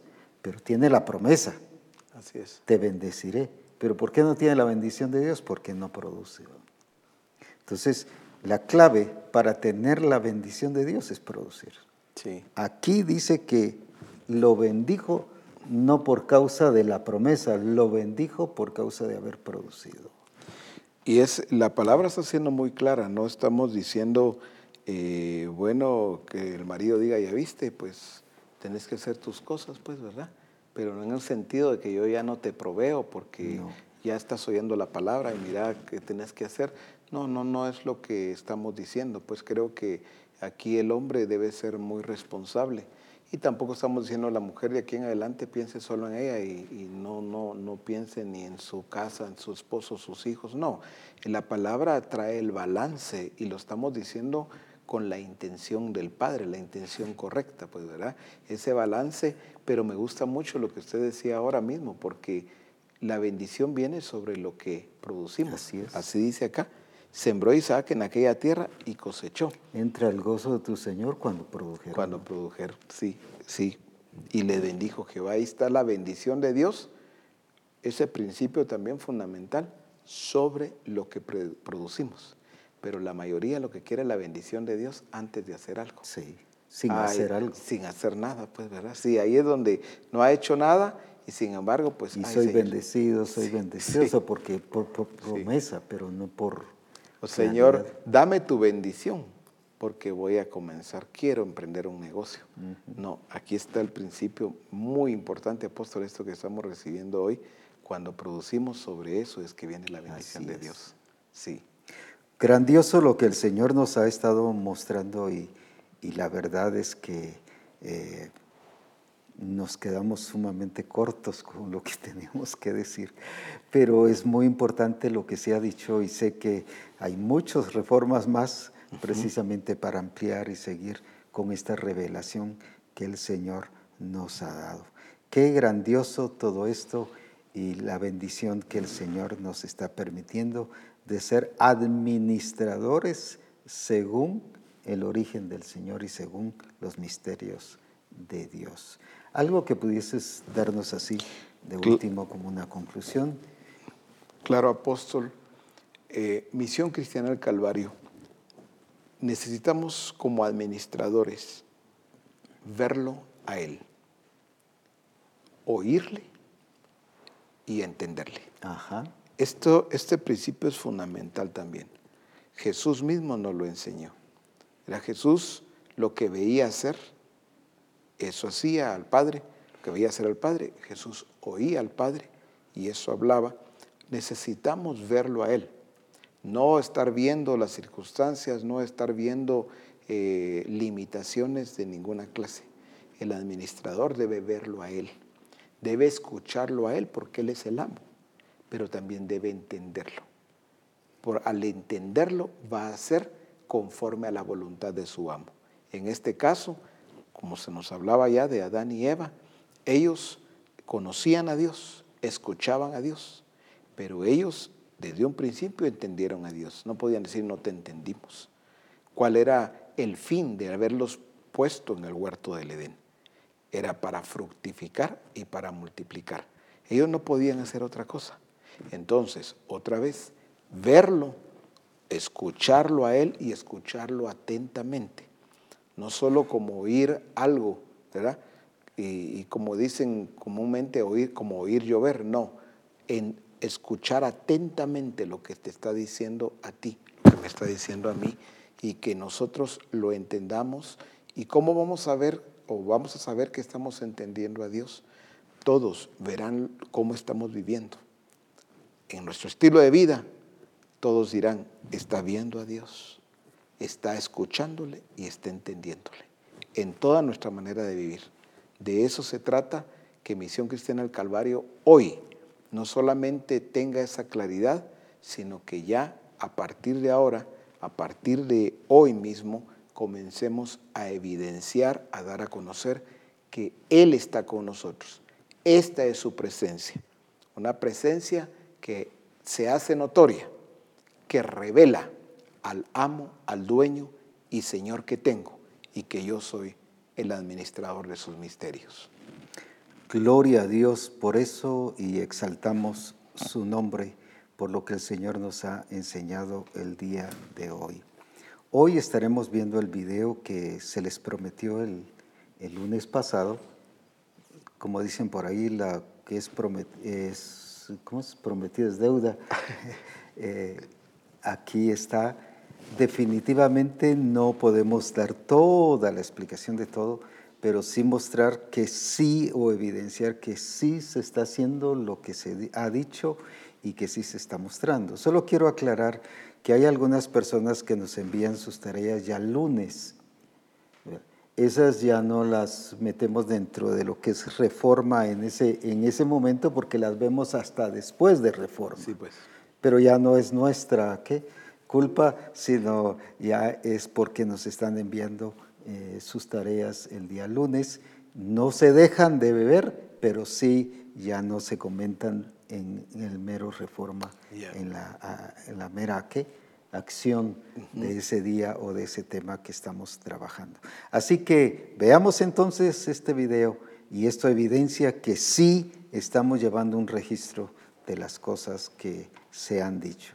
pero tiene la promesa, Así es. te bendeciré. Pero ¿por qué no tiene la bendición de Dios? Porque no produce. Entonces, la clave para tener la bendición de Dios es producir. Sí. Aquí dice que lo bendijo no por causa de la promesa, lo bendijo por causa de haber producido. Y la palabra está siendo muy clara, no estamos diciendo, bueno, que el marido diga, ya viste, pues tenés que hacer tus cosas, pues, ¿verdad? Pero no en el sentido de que yo ya no te proveo porque No. ya estás oyendo la palabra y mira qué tenés que hacer. No es lo que estamos diciendo, pues creo que aquí el hombre debe ser muy responsable. Y tampoco estamos diciendo a la mujer de aquí en adelante piense solo en ella y no piense ni en su casa, en su esposo, sus hijos. No, la palabra trae el balance y lo estamos diciendo con la intención del Padre, la intención correcta, pues, ¿verdad? Ese balance, pero me gusta mucho lo que usted decía ahora mismo, porque la bendición viene sobre lo que producimos. Así es. Así dice acá. Sembró Isaac en aquella tierra y cosechó. Entra el gozo de tu Señor cuando produjeron. Cuando produjeron, sí, sí. Y le bendijo Jehová. Ahí está la bendición de Dios, ese principio también fundamental sobre lo que producimos. Pero la mayoría lo que quiere es la bendición de Dios antes de hacer algo. Sí, sin hacer algo. Sin hacer nada, pues, ¿verdad? Sí, ahí es donde no ha hecho nada y sin embargo, pues, Y ay, soy Señor. bendecido, soy Sí, bendecioso sí. porque por promesa, pero no por O realidad. Señor, dame tu bendición, porque voy a comenzar, quiero emprender un negocio. No, aquí está el principio muy importante, apóstol, esto que estamos recibiendo hoy. Cuando producimos sobre eso es que viene la bendición Así de es. Dios. Sí, Grandioso lo que el Señor nos ha estado mostrando y la verdad es que nos quedamos sumamente cortos con lo que teníamos que decir, pero es muy importante lo que se ha dicho y sé que hay muchas reformas más precisamente para ampliar y seguir con esta revelación que el Señor nos ha dado. Qué grandioso todo esto y la bendición que el Señor nos está permitiendo de ser administradores según el origen del Señor y según los misterios de Dios. Algo que pudieses darnos así de último como una conclusión. claro, apóstol. Misión Cristiana del Calvario. Necesitamos como administradores verlo a Él, oírle y entenderle. Ajá. Este principio es fundamental también. Jesús mismo nos lo enseñó. Era Jesús lo que veía hacer, eso hacía al Padre, lo que veía hacer al Padre, Jesús oía al Padre y eso hablaba. Necesitamos verlo a Él, no estar viendo las circunstancias, no estar viendo limitaciones de ninguna clase. El administrador debe verlo a Él, debe escucharlo a Él porque Él es el amo, pero también debe entenderlo. Al entenderlo va a ser conforme a la voluntad de su amo. En este caso, como se nos hablaba ya de Adán y Eva, ellos conocían a Dios, escuchaban a Dios, pero ellos desde un principio entendieron a Dios. No podían decir no te entendimos. ¿Cuál era el fin de haberlos puesto en el huerto del Edén? Era para fructificar y para multiplicar. Ellos no podían hacer otra cosa. Entonces, otra vez, verlo, escucharlo a Él y escucharlo atentamente. No solo como oír algo, ¿verdad? Y como dicen comúnmente, oír como oír llover. No, en escuchar atentamente lo que te está diciendo a ti, lo que me está diciendo a mí, y que nosotros lo entendamos. ¿Y cómo vamos a ver o vamos a saber que estamos entendiendo a Dios? Todos verán cómo estamos viviendo. En nuestro estilo de vida, todos dirán, está viendo a Dios, está escuchándole y está entendiéndole. En toda nuestra manera de vivir. De eso se trata, que Misión Cristiana del Calvario hoy no solamente tenga esa claridad, sino que ya a partir de ahora, a partir de hoy mismo, comencemos a evidenciar, a dar a conocer que Él está con nosotros. Esta es su presencia, una presencia que se hace notoria, que revela al amo, al dueño y Señor que tengo, y que yo soy el administrador de sus misterios. Gloria a Dios por eso y exaltamos su nombre por lo que el Señor nos ha enseñado el día de hoy. Hoy estaremos viendo el video que se les prometió el lunes pasado. Como dicen por ahí, la que ¿cómo es? Prometida es deuda. Aquí está. Definitivamente no podemos dar toda la explicación de todo, pero sí mostrar que sí, o evidenciar que sí se está haciendo lo que se ha dicho y que sí se está mostrando. Solo quiero aclarar que hay algunas personas que nos envían sus tareas ya lunes. Esas ya no las metemos dentro de lo que es reforma en ese momento, porque las vemos hasta después de reforma. Sí, pues. Pero ya no es nuestra culpa, sino ya es porque nos están enviando sus tareas el día lunes. No se dejan de beber, pero sí ya no se comentan en el mero reforma, en la mera acción de ese día o de ese tema que estamos trabajando. Así que veamos entonces este video, y esto evidencia que sí estamos llevando un registro de las cosas que se han dicho.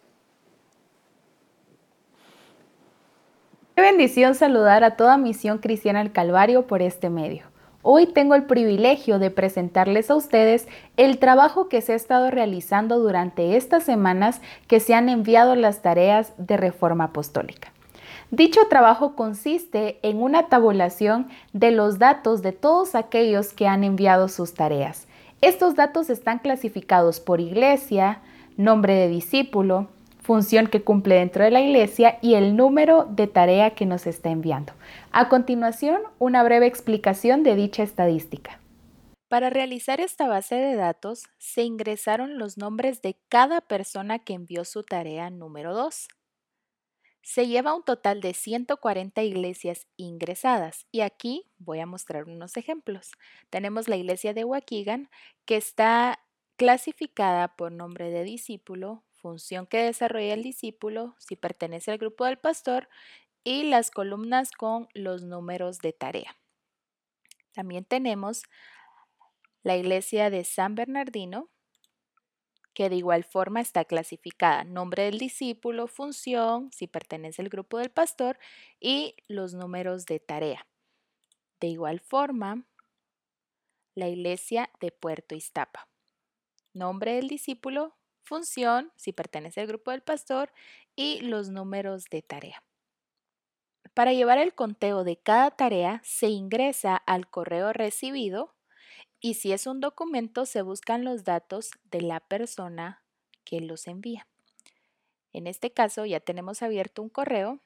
Qué bendición saludar a toda Misión Cristiana del Calvario por este medio. Hoy tengo el privilegio de presentarles a ustedes el trabajo que se ha estado realizando durante estas semanas que se han enviado las tareas de Reforma Apostólica. Dicho trabajo consiste en una tabulación de los datos de todos aquellos que han enviado sus tareas. Estos datos están clasificados por iglesia, nombre de discípulo, función que cumple dentro de la iglesia y el número de tarea que nos está enviando. A continuación, una breve explicación de dicha estadística. Para realizar esta base de datos, se ingresaron los nombres de cada persona que envió su tarea número 2. Se lleva un total de 140 iglesias ingresadas y aquí voy a mostrar unos ejemplos. Tenemos la iglesia de Waukegan, que está clasificada por nombre de discípulo, función que desarrolla el discípulo, si pertenece al grupo del pastor y las columnas con los números de tarea. También tenemos la iglesia de San Bernardino, que de igual forma está clasificada: nombre del discípulo, función, si pertenece al grupo del pastor y los números de tarea. De igual forma, la iglesia de Puerto Iztapa: nombre del discípulo, función, si pertenece al grupo del pastor y los números de tarea. Para llevar el conteo de cada tarea se ingresa al correo recibido y si es un documento se buscan los datos de la persona que los envía. En este caso ya tenemos abierto un correo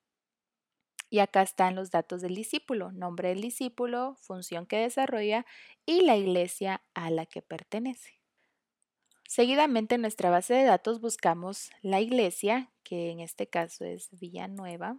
y acá están los datos del discípulo: nombre del discípulo, función que desarrolla y la iglesia a la que pertenece. Seguidamente en nuestra base de datos buscamos la iglesia, que en este caso es Villanueva,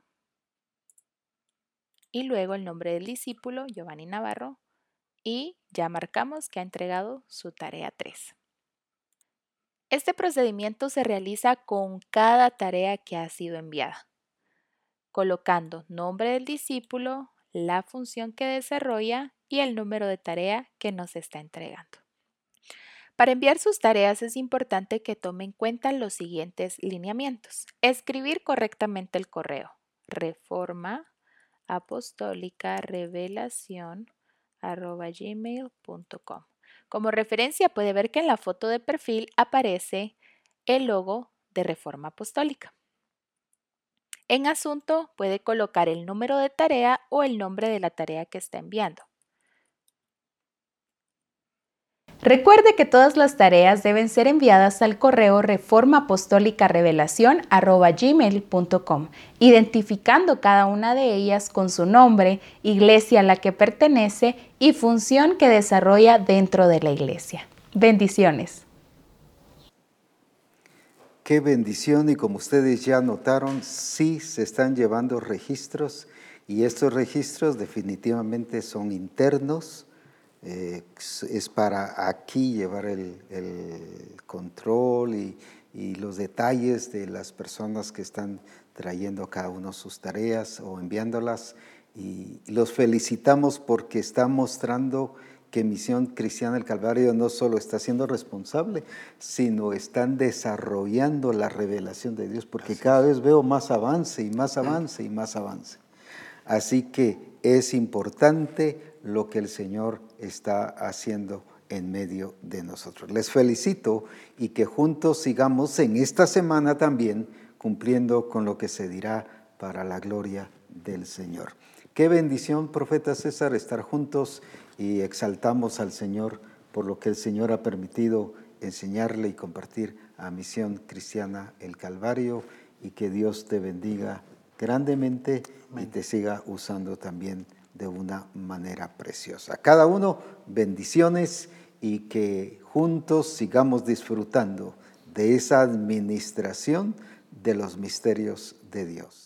y luego el nombre del discípulo, Giovanni Navarro, y ya marcamos que ha entregado su tarea 3. Este procedimiento se realiza con cada tarea que ha sido enviada, colocando nombre del discípulo, la función que desarrolla y el número de tarea que nos está entregando. Para enviar sus tareas es importante que tome en cuenta los siguientes lineamientos. Escribir correctamente el correo: Reforma Apostólica Revelación @gmail.com. Como referencia puede ver que en la foto de perfil aparece el logo de Reforma Apostólica. En asunto puede colocar el número de tarea o el nombre de la tarea que está enviando. Recuerde que todas las tareas deben ser enviadas al correo reformaapostolicarevelacion@gmail.com, identificando cada una de ellas con su nombre, iglesia a la que pertenece y función que desarrolla dentro de la iglesia. Bendiciones. Qué bendición, y como ustedes ya notaron, sí se están llevando registros, y estos registros definitivamente son internos. Es para aquí llevar el control y los detalles de las personas que están trayendo cada uno sus tareas o enviándolas, y los felicitamos porque están mostrando que Misión Cristiana del Calvario no solo está siendo responsable, sino están desarrollando la revelación de Dios, porque cada vez veo más avance y más avance y más avance. Así que es importante lo que el Señor está haciendo en medio de nosotros. Les felicito y que juntos sigamos en esta semana también cumpliendo con lo que se dirá para la gloria del Señor. Qué bendición, profeta César, estar juntos y exaltamos al Señor por lo que el Señor ha permitido enseñarle y compartir a Misión Cristiana el Calvario, y que Dios te bendiga grandemente. Amén. Y te siga usando también de una manera preciosa. Cada uno, bendiciones, y que juntos sigamos disfrutando de esa administración de los misterios de Dios.